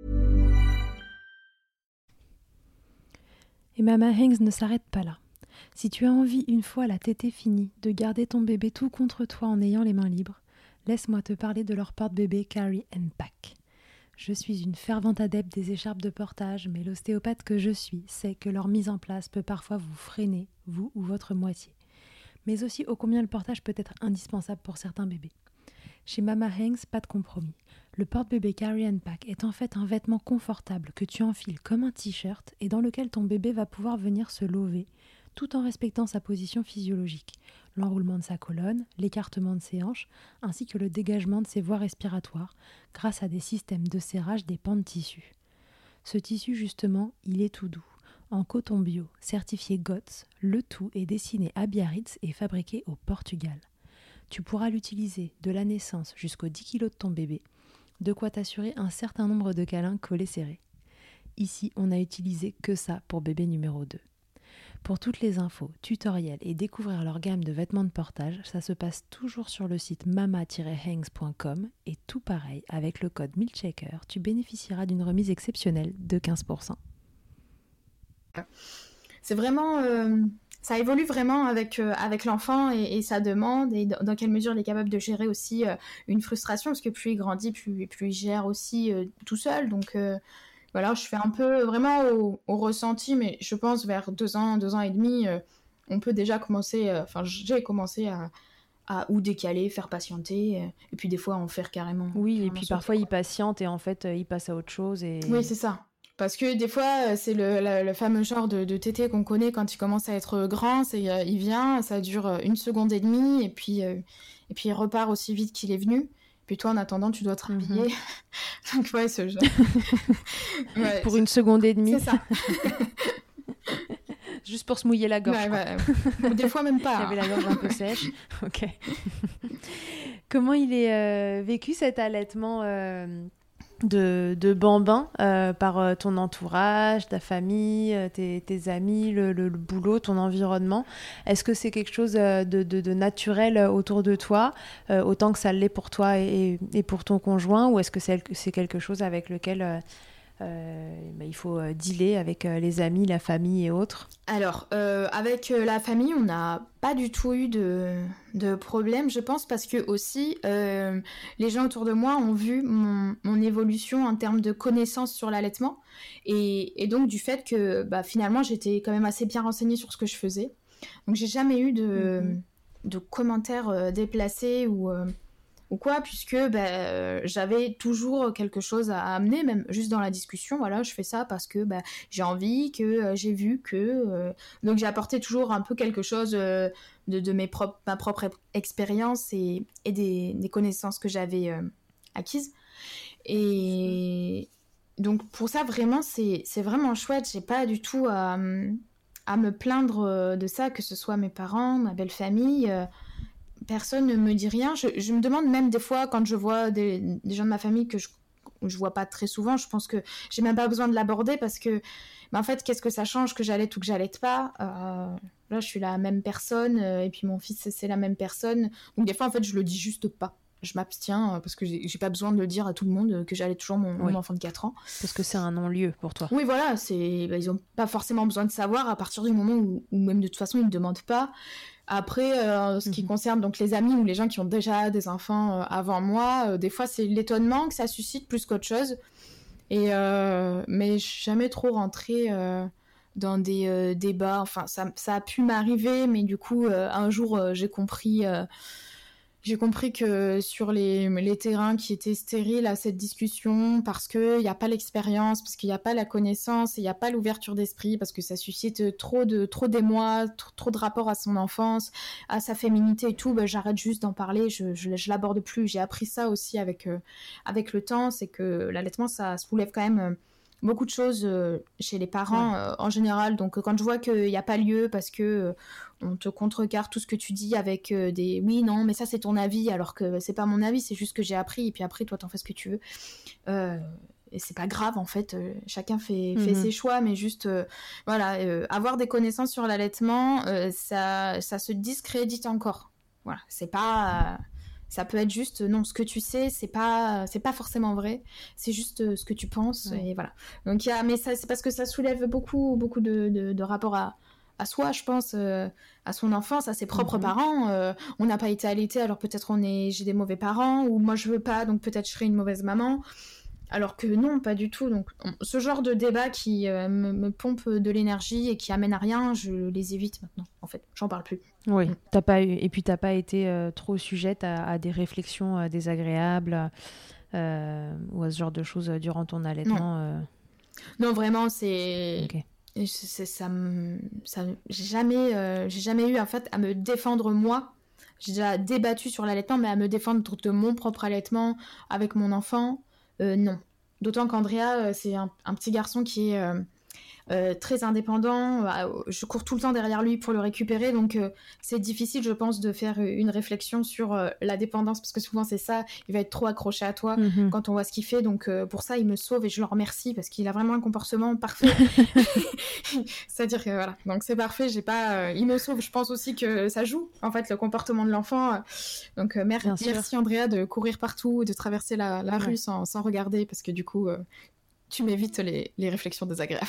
[SPEAKER 3] Et Mama Hanks ne s'arrête pas là. Si tu as envie, une fois la tétée finie, de garder ton bébé tout contre toi en ayant les mains libres, laisse-moi te parler de leur porte-bébé Carry and Pack. Je suis une fervente adepte des écharpes de portage, mais l'ostéopathe que je suis sait que leur mise en place peut parfois vous freiner, vous ou votre moitié. Mais aussi ô combien le portage peut être indispensable pour certains bébés. Chez Mama Hanks, pas de compromis. Le porte-bébé Carry and Pack est en fait un vêtement confortable que tu enfiles comme un t-shirt et dans lequel ton bébé va pouvoir venir se lever, tout en respectant sa position physiologique, l'enroulement de sa colonne, l'écartement de ses hanches, ainsi que le dégagement de ses voies respiratoires, grâce à des systèmes de serrage des pans de tissu. Ce tissu, justement, il est tout doux. En coton bio, certifié G O T S, le tout est dessiné à Biarritz et fabriqué au Portugal. Tu pourras l'utiliser de la naissance jusqu'aux dix kilos de ton bébé, de quoi t'assurer un certain nombre de câlins collés serrés. Ici, on n'a utilisé que ça pour bébé numéro deux. Pour toutes les infos, tutoriels et découvrir leur gamme de vêtements de portage, ça se passe toujours sur le site mama tiret hanks point com et tout pareil, avec le code milkshaker, tu bénéficieras d'une remise exceptionnelle de quinze pour cent.
[SPEAKER 4] C'est vraiment... Euh, ça évolue vraiment avec, euh, avec l'enfant et, et sa demande et dans, dans quelle mesure il est capable de gérer aussi euh, une frustration, parce que plus il grandit, plus, plus il gère aussi euh, tout seul, donc... Euh, Voilà, je fais un peu vraiment au, au ressenti, mais je pense vers deux ans, deux ans et demi, euh, on peut déjà commencer, enfin euh, j'ai commencé à, à ou décaler, faire patienter, euh, et puis des fois en faire carrément.
[SPEAKER 3] Oui,
[SPEAKER 4] carrément
[SPEAKER 3] et puis parfois il patiente et en fait euh, il passe à autre chose. Et...
[SPEAKER 4] Oui, c'est ça. Parce que des fois, c'est le, le, le fameux genre de, de tété qu'on connaît quand il commence à être grand, c'est euh, il vient, ça dure une seconde et demie, et puis, euh, et puis il repart aussi vite qu'il est venu. Puis toi, en attendant, tu dois te rhabiller. Mm-hmm. Donc, ouais, ce genre.
[SPEAKER 3] ouais, pour une seconde et demie.
[SPEAKER 4] C'est ça.
[SPEAKER 3] Juste pour se mouiller la gorge.
[SPEAKER 4] Ouais, ouais. Des fois, même pas.
[SPEAKER 3] J'avais la gorge un peu sèche. Ok. Comment il est euh, vécu cet allaitement euh, de, de bambin euh, par euh, ton entourage, ta famille, euh, tes, tes amis, le, le, le boulot, ton environnement? Est-ce que c'est quelque chose euh, de, de, de naturel autour de toi, euh, autant que ça l'est pour toi et, et pour ton conjoint, ou est-ce que c'est, c'est quelque chose avec lequel euh, euh, bah, il faut euh, dealer avec euh, les amis, la famille et autres?
[SPEAKER 4] Alors, euh, avec euh, la famille, on n'a pas du tout eu de, de problème, je pense, parce que aussi, euh, les gens autour de moi ont vu mon, mon évolution en termes de connaissances sur l'allaitement, et, et donc du fait que bah, finalement, j'étais quand même assez bien renseignée sur ce que je faisais. Donc, j'ai jamais eu de, mm-hmm. de commentaires euh, déplacés ou... Euh, ou quoi, puisque bah, euh, j'avais toujours quelque chose à amener, même juste dans la discussion, voilà, je fais ça parce que bah, j'ai envie, que euh, j'ai vu, que... Euh... Donc j'ai apporté toujours un peu quelque chose euh, de, de mes propres, ma propre expérience et, et des, des connaissances que j'avais euh, acquises. Et, donc pour ça, vraiment, c'est, c'est vraiment chouette. J'ai pas du tout à, à me plaindre de ça, que ce soit mes parents, ma belle famille. Euh, personne ne me dit rien. Je, je me demande même des fois, quand je vois des, des gens de ma famille que je je vois pas très souvent, je pense que j'ai même pas besoin de l'aborder parce que, bah, en fait, qu'est-ce que ça change que j'allaite ou que j'allaite pas euh, là, je suis la même personne euh, et puis mon fils, c'est la même personne. Donc des fois, en fait, je le dis juste pas. Je m'abstiens euh, parce que j'ai, j'ai pas besoin de le dire à tout le monde euh, que j'allaite toujours mon, oui. mon enfant de quatre ans.
[SPEAKER 3] Parce que c'est un non-lieu pour toi.
[SPEAKER 4] Oui, voilà, c'est, bah, ils ont pas forcément besoin de savoir à partir du moment où, où même de toute façon, ils me demandent pas. Après, euh, ce qui mmh. concerne donc les amis ou les gens qui ont déjà des enfants euh, avant moi, euh, des fois c'est l'étonnement que ça suscite plus qu'autre chose. Et euh, mais je suis jamais trop rentrée euh, dans des euh, débats. Enfin, ça, ça a pu m'arriver, mais du coup, euh, un jour, euh, j'ai compris, euh, j'ai compris que sur les, les terrains qui étaient stériles à cette discussion, parce qu'il n'y a pas l'expérience, parce qu'il n'y a pas la connaissance, il n'y a pas l'ouverture d'esprit, parce que ça suscite trop, de, trop d'émoi, trop, trop de rapport à son enfance, à sa féminité et tout, ben, j'arrête juste d'en parler, je ne l'aborde plus. J'ai appris ça aussi avec, euh, avec le temps, c'est que l'allaitement, ça soulève quand même... Euh, beaucoup de choses euh, chez les parents ouais. euh, en général. Donc, euh, quand je vois qu'il n'y a pas lieu parce que euh, on te contrecarre tout ce que tu dis avec euh, des « oui, non, mais ça, c'est ton avis », alors que c'est pas mon avis, c'est juste que j'ai appris, et puis après, toi, t'en fais ce que tu veux. Euh, et c'est pas grave, en fait. Euh, chacun fait, mm-hmm. fait ses choix, mais juste, euh, voilà, euh, avoir des connaissances sur l'allaitement, euh, ça, ça se discrédite encore. Voilà, c'est pas... Euh, ça peut être juste, non, ce que tu sais, c'est pas, c'est pas forcément vrai, c'est juste euh, ce que tu penses, ouais. et voilà. Donc, y a, mais ça, c'est parce que ça soulève beaucoup, beaucoup de, de, de rapports à, à soi, je pense, euh, à son enfance, à ses propres mm-hmm. parents. Euh, on n'a pas été allaité, alors peut-être on est, j'ai des mauvais parents, ou moi je veux pas, donc peut-être je serai une mauvaise maman. Alors que non, pas du tout. Donc, on, ce genre de débat qui euh, me, me pompe de l'énergie et qui amène à rien, je les évite maintenant. En fait, j'en parle plus.
[SPEAKER 3] Oui, mmh. t'as pas eu, et puis t'as pas été euh, trop sujette à, à des réflexions euh, désagréables euh, ou à ce genre de choses euh, durant ton allaitement.
[SPEAKER 4] Non, euh... non vraiment, c'est. Okay. c'est ça, ça, j'ai jamais, euh, j'ai jamais eu en fait à me défendre moi. J'ai déjà débattu sur l'allaitement, mais à me défendre de mon propre allaitement avec mon enfant. Euh, non. D'autant qu'Andrea, euh, c'est un, un petit garçon qui est euh, euh, très indépendant. Euh, je cours tout le temps derrière lui pour le récupérer. Donc, euh, c'est difficile, je pense, de faire une réflexion sur euh, la dépendance. Parce que souvent, c'est ça. Il va être trop accroché à toi mm-hmm. quand on voit ce qu'il fait. Donc, euh, pour ça, il me sauve et je le remercie parce qu'il a vraiment un comportement parfait. C'est-à-dire que, voilà. Donc, c'est parfait. J'ai pas... Euh, il me sauve. Je pense aussi que ça joue, en fait, le comportement de l'enfant. Donc, euh, mer- merci, Andrea, de courir partout, de traverser la, la ouais. rue sans, sans regarder parce que, du coup... Euh, tu m'évites les, les réflexions désagréables.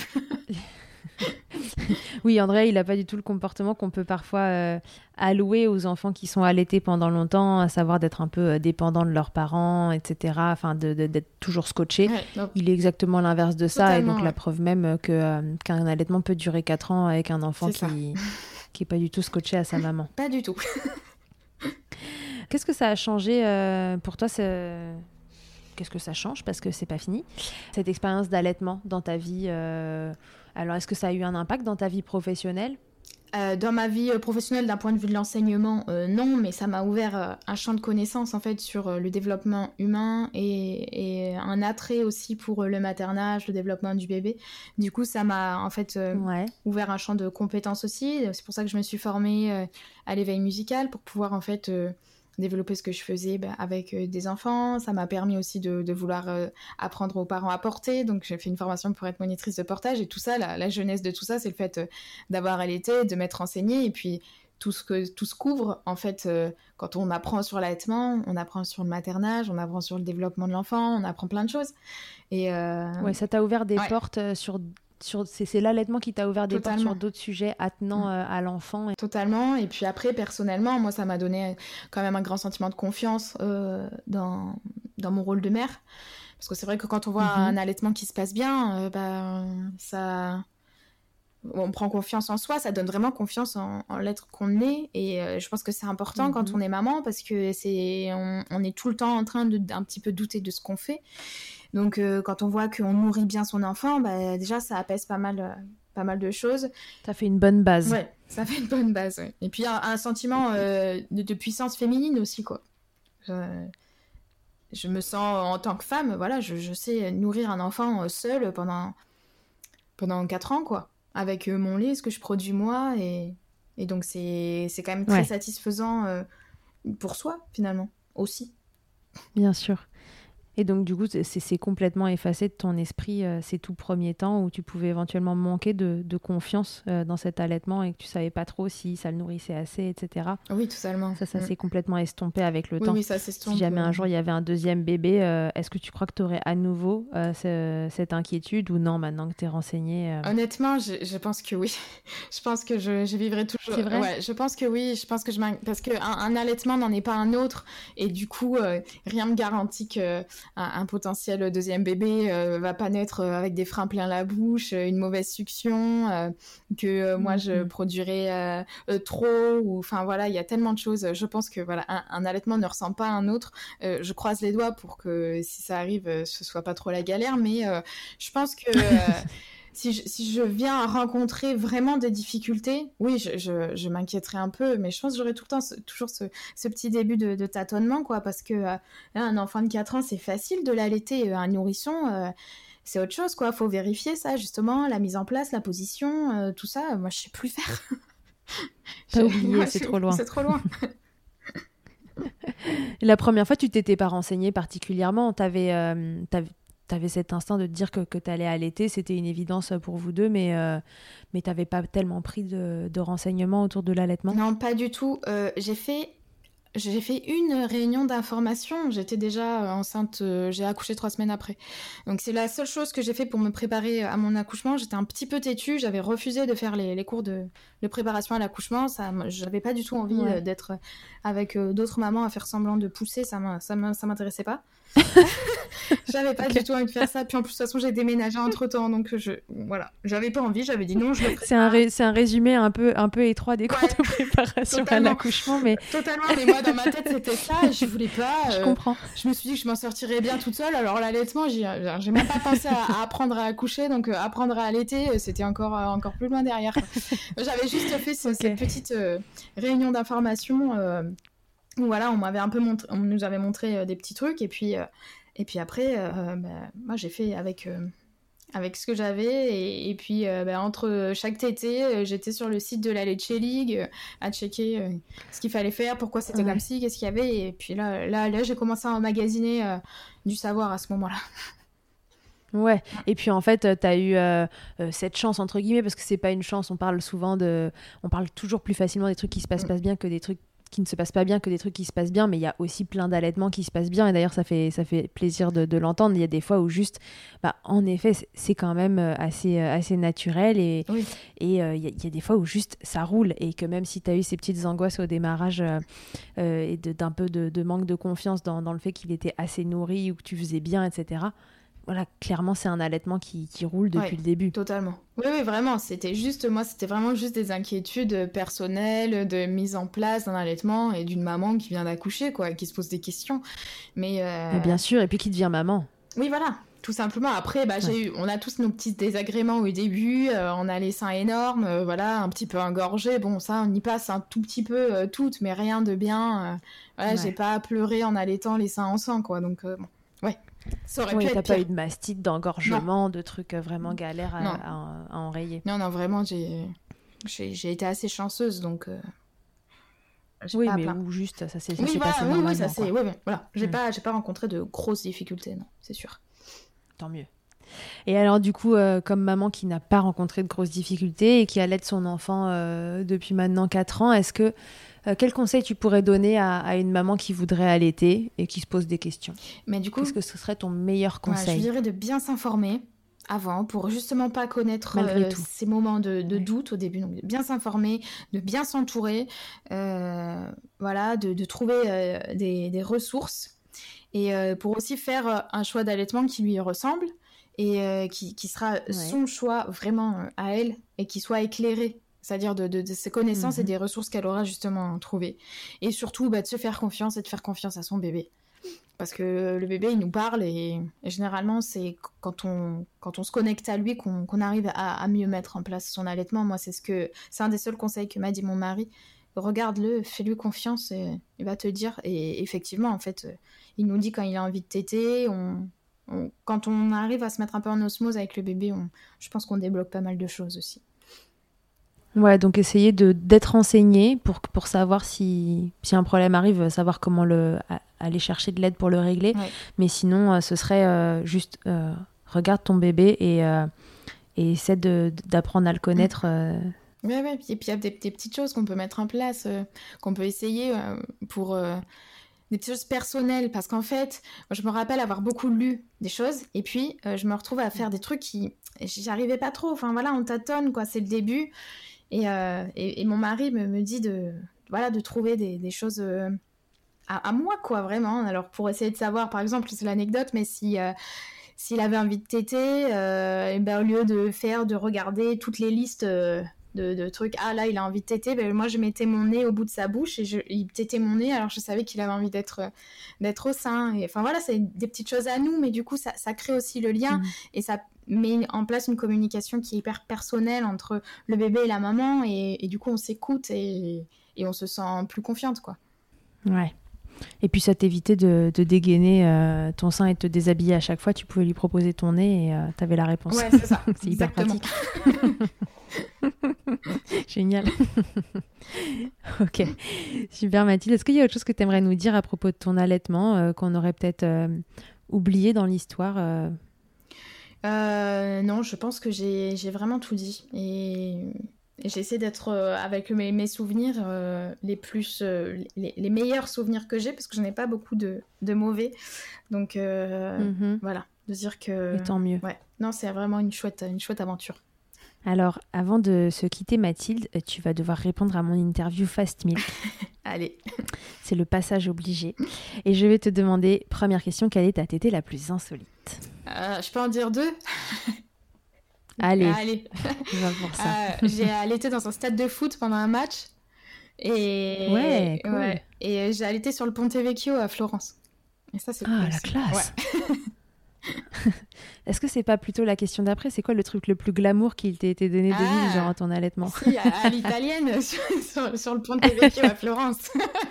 [SPEAKER 3] Oui, André, il n'a pas du tout le comportement qu'on peut parfois euh, allouer aux enfants qui sont allaités pendant longtemps, à savoir d'être un peu euh, dépendants de leurs parents, et cetera, enfin de, de, d'être toujours scotché. Ouais, il est exactement l'inverse de ça, totalement, et donc ouais. la preuve même que, euh, qu'un allaitement peut durer quatre ans avec un enfant c'est qui n'est pas du tout scotché à sa maman.
[SPEAKER 4] Pas du tout.
[SPEAKER 3] Qu'est-ce que ça a changé euh, pour toi c'est... Qu'est-ce que ça change parce que c'est pas fini cette expérience d'allaitement dans ta vie euh... alors est-ce que ça a eu un impact dans ta vie professionnelle?
[SPEAKER 4] Euh, dans ma vie professionnelle, d'un point de vue de l'enseignement, euh, non, mais ça m'a ouvert euh, un champ de connaissances en fait sur euh, le développement humain et, et un attrait aussi pour euh, le maternage, le développement du bébé. Du coup, ça m'a en fait euh, ouais. ouvert un champ de compétences aussi. C'est pour ça que je me suis formée euh, à l'éveil musical pour pouvoir en fait euh, développer ce que je faisais bah, avec euh, des enfants. Ça m'a permis aussi de, de vouloir euh, apprendre aux parents à porter. Donc, j'ai fait une formation pour être monitrice de portage. Et tout ça, la, la jeunesse de tout ça, c'est le fait euh, d'avoir allaité, de m'être renseignée. Et puis, tout ce que tout se couvre, en fait, euh, quand on apprend sur l'allaitement, on apprend sur le maternage, on apprend sur le développement de l'enfant, on apprend plein de choses. Et euh...
[SPEAKER 3] ouais, ça t'a ouvert des ouais. portes euh, sur... Sur, c'est, c'est l'allaitement qui t'a ouvert des Totalement. portes sur d'autres sujets attenant mmh. euh, à l'enfant. Et...
[SPEAKER 4] Totalement. Et puis après, personnellement, moi, ça m'a donné quand même un grand sentiment de confiance euh, dans, dans mon rôle de mère. Parce que c'est vrai que quand on voit mmh. un allaitement qui se passe bien, euh, bah, ça... on prend confiance en soi, ça donne vraiment confiance en, en l'être qu'on est. Et euh, je pense que c'est important mmh. quand on est maman parce que c'est, on, on est tout le temps en train de, d'un petit peu douter de ce qu'on fait. Donc, euh, quand on voit qu'on nourrit bien son enfant, bah, déjà, ça apaise pas mal, euh, pas mal de choses.
[SPEAKER 3] Ça fait une bonne base.
[SPEAKER 4] Ouais, ça fait une bonne base, ouais. Et puis, un, un sentiment euh, de, de puissance féminine aussi, quoi. Euh, je me sens en tant que femme, voilà, je, je sais nourrir un enfant seul pendant, pendant quatre ans, quoi. Avec euh, mon lait, ce que je produis moi. Et, et donc, c'est, c'est quand même très ouais. satisfaisant euh, pour soi, finalement, aussi.
[SPEAKER 3] Bien sûr. Et donc, du coup, c'est, c'est complètement effacé de ton esprit euh, ces tout premiers temps où tu pouvais éventuellement manquer de, de confiance euh, dans cet allaitement et que tu savais pas trop si ça le nourrissait assez, et cetera.
[SPEAKER 4] Oui, totalement.
[SPEAKER 3] Ça, ça
[SPEAKER 4] mmh.
[SPEAKER 3] s'est complètement estompé avec le
[SPEAKER 4] oui,
[SPEAKER 3] temps.
[SPEAKER 4] Oui, ça s'estompe.
[SPEAKER 3] Si jamais un jour il y avait un deuxième bébé, euh, est-ce que tu crois que tu aurais à nouveau euh, ce, cette inquiétude ou non, maintenant que tu es renseignée euh...
[SPEAKER 4] Honnêtement, je, je pense que oui. je pense que je, je vivrai toujours.
[SPEAKER 3] C'est vrai
[SPEAKER 4] ouais, je pense que oui. Je pense que je parce qu'un un allaitement n'en est pas un autre. Et du coup, euh, rien me garantit qu'un un potentiel le deuxième bébé euh, va pas naître avec des freins plein la bouche, une mauvaise succion, euh, que euh, moi je mmh. produirai euh, euh, trop, ou enfin voilà, il y a tellement de choses. Je pense que voilà, un, un allaitement ne ressemble pas à un autre. Euh, je croise les doigts pour que si ça arrive, euh, ce soit pas trop la galère, mais euh, je pense que euh, si, je, si je viens à rencontrer vraiment des difficultés, oui, je, je, je m'inquiéterai un peu, mais je pense que j'aurai tout le temps ce, toujours ce, ce petit début de, de tâtonnement, quoi, parce que euh, un enfant de quatre ans, c'est facile de l'allaiter, un nourrisson, euh, c'est autre chose, quoi. Faut vérifier ça, justement, la mise en place, la position, euh, tout ça, moi, je sais plus faire.
[SPEAKER 3] T'as oublié, ouais, c'est trop loin.
[SPEAKER 4] C'est trop loin.
[SPEAKER 3] La première fois, tu t'étais pas renseignée particulièrement, t'avais... Euh, t'avais... T'avais cet instinct de te dire que, que t'allais allaiter, c'était une évidence pour vous deux, mais, euh, mais t'avais pas tellement pris de, de renseignements autour de l'allaitement ?
[SPEAKER 4] Non, pas du tout. Euh, j'ai fait... J'ai fait une réunion d'information, j'étais déjà enceinte, euh, j'ai accouché trois semaines après. Donc c'est la seule chose que j'ai fait pour me préparer à mon accouchement. J'étais un petit peu têtue, j'avais refusé de faire les, les cours de, de préparation à l'accouchement. Ça, j'avais pas du tout envie ouais. d'être avec euh, d'autres mamans à faire semblant de pousser, ça, ça, ça m'intéressait pas. J'avais pas okay. du tout envie de faire ça. Puis en plus, de toute façon, j'ai déménagé entre-temps, donc je, voilà, j'avais pas envie, j'avais dit non, je le ferai
[SPEAKER 3] c'est un, ré- c'est un résumé un peu, un peu étroit des cours ouais. de préparation Totalement. à l'accouchement, mais...
[SPEAKER 4] Totalement, mais moi, dans ma tête, c'était ça, et je voulais pas...
[SPEAKER 3] Je
[SPEAKER 4] euh,
[SPEAKER 3] comprends.
[SPEAKER 4] Je me suis dit que je m'en sortirais bien toute seule, alors l'allaitement, j'ai, j'ai même pas pensé à, à apprendre à accoucher, donc euh, apprendre à allaiter, c'était encore, euh, encore plus loin derrière. J'avais juste fait ce, okay. cette petite euh, réunion d'information... Euh, où voilà, on m'avait un peu montré, on nous avait montré euh, des petits trucs, et puis... Euh, Et puis après, euh, bah, moi j'ai fait avec, euh, avec ce que j'avais. Et, et puis euh, bah, entre chaque tétée, euh, j'étais sur le site de la Leche League euh, à checker euh, ce qu'il fallait faire, pourquoi c'était ouais. comme ci, qu'est-ce qu'il y avait. Et puis là, là, là j'ai commencé à emmagasiner euh, du savoir à ce moment-là.
[SPEAKER 3] Ouais, et puis en fait, tu as eu euh, euh, cette chance, entre guillemets, parce que c'est pas une chance, on parle souvent de... On parle toujours plus facilement des trucs qui se passent, passent bien que des trucs qui ne se passent pas bien que des trucs qui se passent bien, mais il y a aussi plein d'allaitements qui se passent bien, et d'ailleurs ça fait, ça fait plaisir de, de l'entendre. Il y a des fois où juste, bah, en effet, c'est quand même assez, assez naturel, et il oui. et, euh, y, a, y a des fois où juste ça roule, et que même si tu as eu ces petites angoisses au démarrage euh, euh, et de, d'un peu de, de manque de confiance dans, dans le fait qu'il était assez nourri ou que tu faisais bien, et cetera, voilà, clairement, c'est un allaitement qui, qui roule depuis
[SPEAKER 4] ouais,
[SPEAKER 3] le début.
[SPEAKER 4] Totalement. Oui, oui, vraiment. C'était juste, moi, c'était vraiment juste des inquiétudes personnelles de mise en place d'un allaitement et d'une maman qui vient d'accoucher, quoi, qui se pose des questions. Mais, euh...
[SPEAKER 3] Mais bien sûr, et puis qui devient maman.
[SPEAKER 4] Oui, voilà. Tout simplement. Après, bah, j'ai ouais. eu, on a tous nos petits désagréments au début. Euh, on a les seins énormes, euh, voilà, un petit peu engorgés. Bon, ça, on y passe un tout petit peu euh, toutes, mais rien de bien. Euh, voilà, ouais. J'ai pas pleuré en allaitant les seins en sang, quoi. Donc, euh, bon, ouais. Ça aurait
[SPEAKER 3] oui,
[SPEAKER 4] pu
[SPEAKER 3] t'as
[SPEAKER 4] être
[SPEAKER 3] pas
[SPEAKER 4] pire.
[SPEAKER 3] eu de mastite, d'engorgement, non. de trucs vraiment galères à, à, à enrayer.
[SPEAKER 4] Non, non, vraiment, j'ai, j'ai, j'ai été assez chanceuse, donc... Euh...
[SPEAKER 3] Oui, mais ou juste, ça s'est, ça
[SPEAKER 4] oui,
[SPEAKER 3] s'est
[SPEAKER 4] voilà,
[SPEAKER 3] passé
[SPEAKER 4] oui,
[SPEAKER 3] normalement.
[SPEAKER 4] Oui, ça s'est, oui, oui, voilà. J'ai,
[SPEAKER 3] mm.
[SPEAKER 4] pas, j'ai pas rencontré de grosses difficultés, non, c'est sûr.
[SPEAKER 3] Tant mieux. Et alors, du coup, euh, comme maman qui n'a pas rencontré de grosses difficultés et qui allaite son enfant euh, depuis maintenant quatre ans, est-ce que Euh, quel conseil tu pourrais donner à, à une maman qui voudrait allaiter et qui se pose des questions ?
[SPEAKER 4] Mais du coup,
[SPEAKER 3] qu'est-ce que ce serait ton meilleur conseil ?
[SPEAKER 4] Ouais, je dirais de bien s'informer avant pour justement pas connaître euh, ces moments de, de ouais. doute au début. Donc de bien s'informer, de bien s'entourer, euh, voilà, de, de trouver euh, des, des ressources et euh, pour aussi faire euh, un choix d'allaitement qui lui ressemble et euh, qui, qui sera ouais. son choix vraiment euh, à elle et qui soit éclairé. C'est-à-dire de, de, de ses connaissances mmh. et des ressources qu'elle aura justement trouvées. Et surtout, bah, de se faire confiance et de faire confiance à son bébé. Parce que le bébé, il nous parle et, et généralement, c'est quand on, quand on se connecte à lui qu'on, qu'on arrive à, à mieux mettre en place son allaitement. Moi, c'est, ce que, c'est un des seuls conseils que m'a dit mon mari. regarde-le, fais-lui confiance et il va te dire. Et effectivement, en fait, euh, il nous dit quand il a envie de téter. On, on, quand on arrive à se mettre un peu en osmose avec le bébé, on, je pense qu'on débloque pas mal de choses aussi.
[SPEAKER 3] Ouais, donc essayer de, d'être renseigné pour, pour savoir si, si un problème arrive, savoir comment le, a, aller chercher de l'aide pour le régler. Ouais. Mais sinon, euh, ce serait euh, juste euh, regarde ton bébé et, euh, et essaie de, d'apprendre à le connaître. Euh...
[SPEAKER 4] Ouais, ouais. Et puis il y a des, des petites choses qu'on peut mettre en place, euh, qu'on peut essayer euh, pour euh, des petites choses personnelles. Parce qu'en fait, moi, je me rappelle avoir beaucoup lu des choses et puis euh, je me retrouve à faire des trucs qui... J'y arrivais pas trop. Enfin voilà, on tâtonne, quoi. C'est le début. Et, euh, et, et mon mari me, me dit de, voilà, de trouver des, des choses euh, à, à moi, quoi, vraiment. Alors, pour essayer de savoir, par exemple, c'est l'anecdote, mais si, euh, s'il avait envie de téter, euh, et ben, au lieu de faire, de regarder toutes les listes euh, de, de trucs, ah là, il a envie de téter, ben, moi, je mettais mon nez au bout de sa bouche et je, il tétait mon nez, alors je savais qu'il avait envie d'être, d'être au sein. Et, enfin, voilà, c'est des petites choses à nous, mais du coup, ça, ça crée aussi le lien mmh. et ça met en place une communication qui est hyper personnelle entre le bébé et la maman et, et du coup on s'écoute et, et on se sent plus confiante, quoi.
[SPEAKER 3] Ouais. Et puis ça t'évitait de, de dégainer euh, ton sein et de te déshabiller à chaque fois, tu pouvais lui proposer ton nez et euh, t'avais la réponse.
[SPEAKER 4] Ouais, c'est ça.
[SPEAKER 3] C'est hyper pratique. Génial. Ok, super Mathilde. Est-ce qu'il y a autre chose que tu aimerais nous dire à propos de ton allaitement euh, qu'on aurait peut-être euh, oublié dans l'histoire euh...
[SPEAKER 4] Euh, non, je pense que j'ai, j'ai vraiment tout dit. Et, et j'essaie d'être euh, avec mes, mes souvenirs euh, les plus, euh, les, les meilleurs souvenirs que j'ai, parce que je n'ai pas beaucoup de, de mauvais. Donc euh, mm-hmm. voilà, de dire que...
[SPEAKER 3] Et tant mieux.
[SPEAKER 4] Ouais, non, c'est vraiment une chouette, une chouette aventure.
[SPEAKER 3] Alors, avant de se quitter, Mathilde, tu vas devoir répondre à mon interview Fast Milk.
[SPEAKER 4] Allez.
[SPEAKER 3] C'est le passage obligé. Et je vais te demander, première question, quelle est ta tétée la plus insolite ?
[SPEAKER 4] Euh, je peux en dire deux ?
[SPEAKER 3] Allez,
[SPEAKER 4] Allez.
[SPEAKER 3] Va pour ça.
[SPEAKER 4] Euh, j'ai allaité dans un stade de foot pendant un match. Et...
[SPEAKER 3] Ouais, cool.
[SPEAKER 4] Ouais. Et j'ai allaité sur le Ponte Vecchio à Florence. Et ça, c'est
[SPEAKER 3] ah,
[SPEAKER 4] cool
[SPEAKER 3] la
[SPEAKER 4] aussi.
[SPEAKER 3] classe.
[SPEAKER 4] Ouais.
[SPEAKER 3] Est-ce que c'est pas plutôt la question d'après ? C'est quoi le truc le plus glamour qui t'a été donné de
[SPEAKER 4] ah,
[SPEAKER 3] vivre durant ton allaitement ?
[SPEAKER 4] Si, à, à l'italienne, sur, sur, sur le Ponte Vecchio à Florence.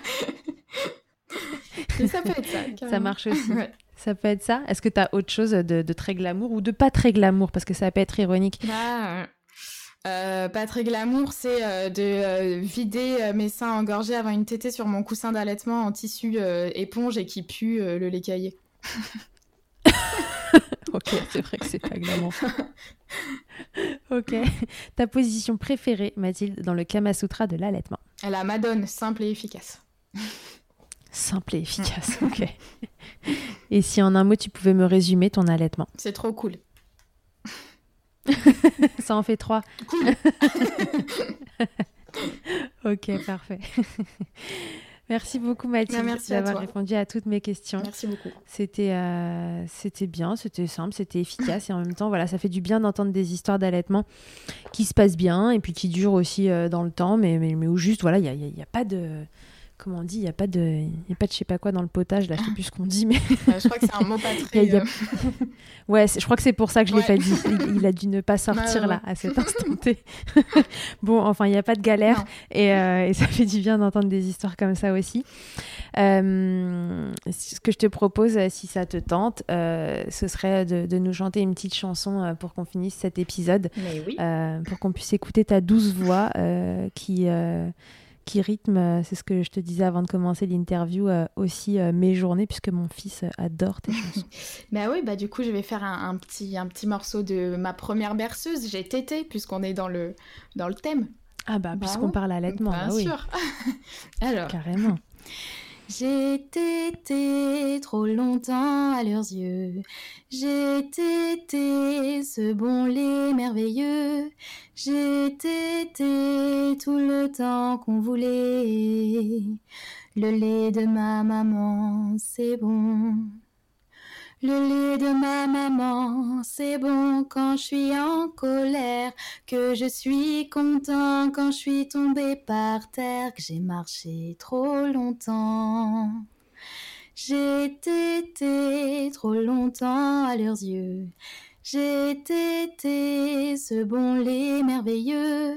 [SPEAKER 4] Et ça peut être ça. Carrément.
[SPEAKER 3] Ça marche aussi.
[SPEAKER 4] Ouais.
[SPEAKER 3] Ça peut être ça. Est-ce que tu as autre chose de, de très glamour ou de pas très glamour ? Parce que ça peut être ironique.
[SPEAKER 4] Ah, euh, pas très glamour, c'est euh, de euh, vider euh, mes seins engorgés avant une tétée sur mon coussin d'allaitement en tissu euh, éponge et qui pue euh, le lait caillé.
[SPEAKER 3] Ok, c'est vrai que c'est pas glamour. Ok. Ta position préférée, Mathilde, dans le Kama Sutra de l'allaitement ?
[SPEAKER 4] La Madone, simple et efficace.
[SPEAKER 3] Simple et efficace, ok. Et si en un mot, tu pouvais me résumer ton allaitement ?
[SPEAKER 4] C'est trop cool.
[SPEAKER 3] Ça en fait trois.
[SPEAKER 4] Cool.
[SPEAKER 3] Ok, parfait. Merci beaucoup Mathilde
[SPEAKER 4] merci
[SPEAKER 3] d'avoir répondu à toutes mes questions.
[SPEAKER 4] Merci beaucoup.
[SPEAKER 3] C'était, euh, c'était bien, c'était simple, c'était efficace et en même temps, voilà, ça fait du bien d'entendre des histoires d'allaitement qui se passent bien et puis qui durent aussi euh, dans le temps, mais, mais, mais où juste, voilà, il n'y a, y a, y a pas de... Comment on dit, il n'y a pas de, il y a pas de je sais pas quoi dans le potage, là, je sais plus ce qu'on dit, mais...
[SPEAKER 4] Euh, je crois que c'est un mot pas très...
[SPEAKER 3] y a... Ouais, c'est, je crois que c'est pour ça que je ne l'ai
[SPEAKER 4] ouais.
[SPEAKER 3] pas dit. Il, il a dû ne pas sortir
[SPEAKER 4] ouais,
[SPEAKER 3] là,
[SPEAKER 4] ouais.
[SPEAKER 3] à cet instant T. Bon, enfin, il n'y a pas de galère et, euh, et ça fait du bien d'entendre des histoires comme ça aussi. Euh, ce que je te propose, si ça te tente, euh, ce serait de, de nous chanter une petite chanson pour qu'on finisse cet épisode.
[SPEAKER 4] Mais oui.
[SPEAKER 3] Euh, pour qu'on puisse écouter ta douce voix euh, qui... Euh, qui rythme, c'est ce que je te disais avant de commencer l'interview, euh, aussi euh, mes journées, puisque mon fils adore tes chansons.
[SPEAKER 4] Bah oui, bah du coup, je vais faire un, un, petit, un petit morceau de ma première berceuse. J'ai tété, puisqu'on est dans le, dans le thème.
[SPEAKER 3] Ah bah, bah puisqu'on
[SPEAKER 4] ouais.
[SPEAKER 3] parle allaitement,
[SPEAKER 4] Bien
[SPEAKER 3] bah
[SPEAKER 4] sûr.
[SPEAKER 3] Oui.
[SPEAKER 4] Alors.
[SPEAKER 3] Carrément.
[SPEAKER 4] J'ai tété trop longtemps à leurs yeux. J'ai tété ce bon lait merveilleux. J'ai tété tout le temps qu'on voulait. Le lait de ma maman, c'est bon. Le lait de ma maman, c'est bon quand je suis en colère, que je suis content quand je suis tombée par terre, que j'ai marché trop longtemps. J'ai tété trop longtemps à leurs yeux. J'ai tété ce bon lait merveilleux.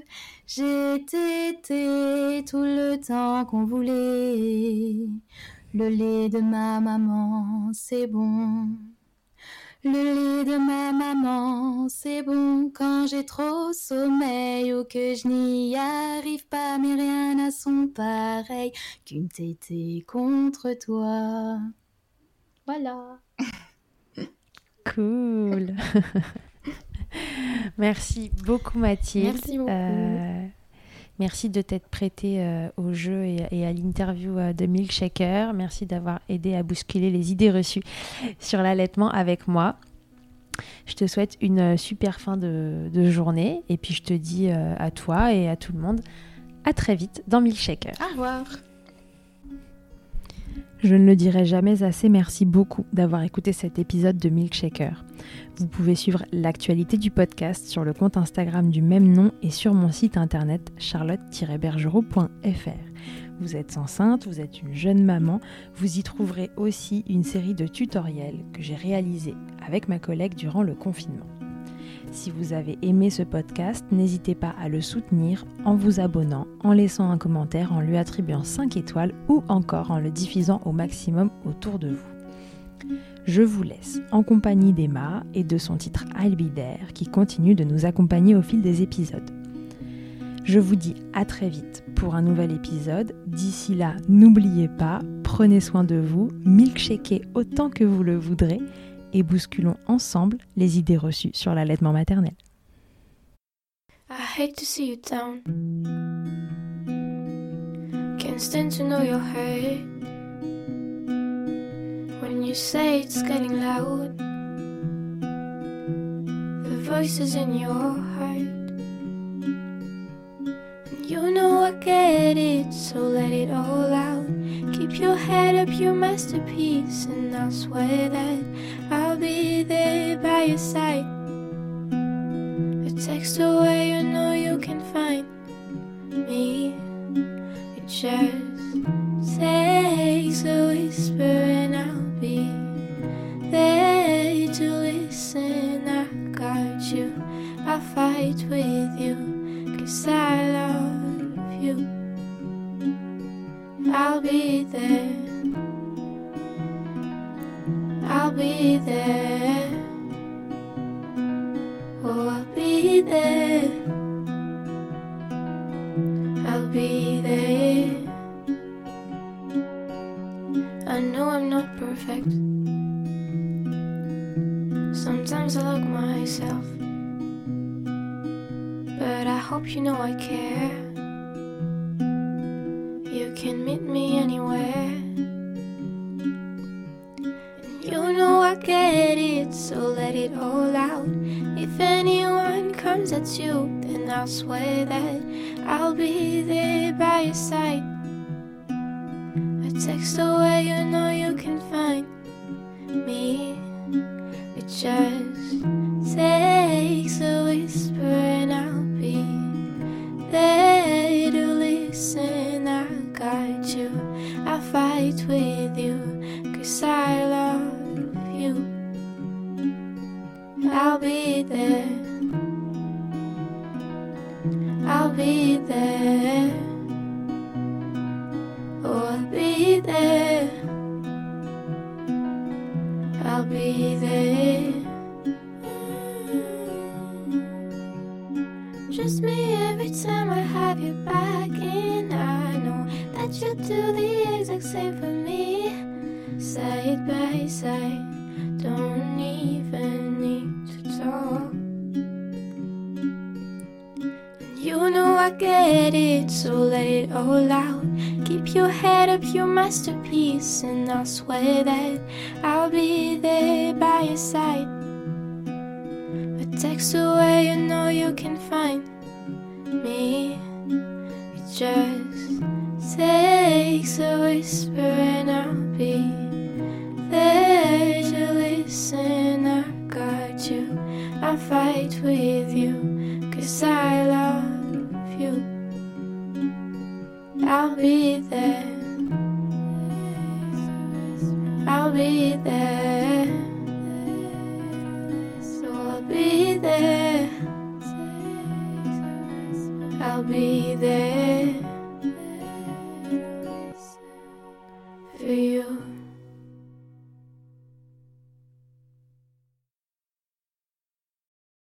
[SPEAKER 4] J'ai tété tout le temps qu'on voulait. Le lait de ma maman, c'est bon. Le lait de ma maman, c'est bon quand j'ai trop sommeil ou que je n'y arrive pas, mais rien n'a son pareil qu'une tétée contre toi. Voilà.
[SPEAKER 3] Cool. Merci beaucoup Mathilde.
[SPEAKER 4] Merci beaucoup.
[SPEAKER 3] Euh, merci de t'être prêtée euh, au jeu et, et à l'interview euh, de Milkshaker. Merci d'avoir aidé à bousculer les idées reçues sur l'allaitement avec moi. Je te souhaite une super fin de, de journée et puis je te dis euh, à toi et à tout le monde à très vite dans Milkshaker.
[SPEAKER 4] Au revoir.
[SPEAKER 3] Je ne le dirai jamais assez, merci beaucoup d'avoir écouté cet épisode de Milkshaker. Vous pouvez suivre l'actualité du podcast sur le compte Instagram du même nom et sur mon site internet charlotte tiret bergerot point f r. Vous êtes enceinte, vous êtes une jeune maman, vous y trouverez aussi une série de tutoriels que j'ai réalisés avec ma collègue durant le confinement. Si vous avez aimé ce podcast, n'hésitez pas à le soutenir en vous abonnant, en laissant un commentaire, en lui attribuant cinq étoiles ou encore en le diffusant au maximum autour de vous. Je vous laisse en compagnie d'Emma et de son titre I'll Be There qui continue de nous accompagner au fil des épisodes. Je vous dis à très vite pour un nouvel épisode. D'ici là, n'oubliez pas, prenez soin de vous, milkshakez autant que vous le voudrez et bousculons ensemble les idées reçues sur l'allaitement maternel.
[SPEAKER 5] I hate to see you down. Can't stand to know your hurt. When you say it's getting loud, the voices in your heart. And you know I get it, so let it all out. Keep your head up, your masterpiece, and I'll swear that I'll be there by your side. A text away, you know you can find me. It just takes a whisper and I'll be there to listen. I got you, I'll fight with you, 'cause I love you. I'll be there, I'll be there, oh I'll be there, I'll be there. I know I'm not perfect, sometimes I look myself, but I hope you know I care. You can meet me anywhere, and you know I get it, so let it all out. If anyone comes at you, then I'll swear that I'll be there by your side. A text away, you know you can find me. It just takes a whisper and I'll be there to listen. I got you, I'll fight with you, 'cause I love you. I'll be there, I'll be there, oh I'll be there, I'll be there. Just me every time I have you back, and I know that you do the exact same for me. Side by side, don't even need to talk. And you know I get it, so let it all out. Keep your head up, your masterpiece, and I'll swear that I'll be there by your side. A text away, you know you can find me. It just takes a whisper and I'll be there to listen. I got you, I'll fight with you, 'cause I love you. I'll be there, I'll be there, so I'll be there, I'll be there for you.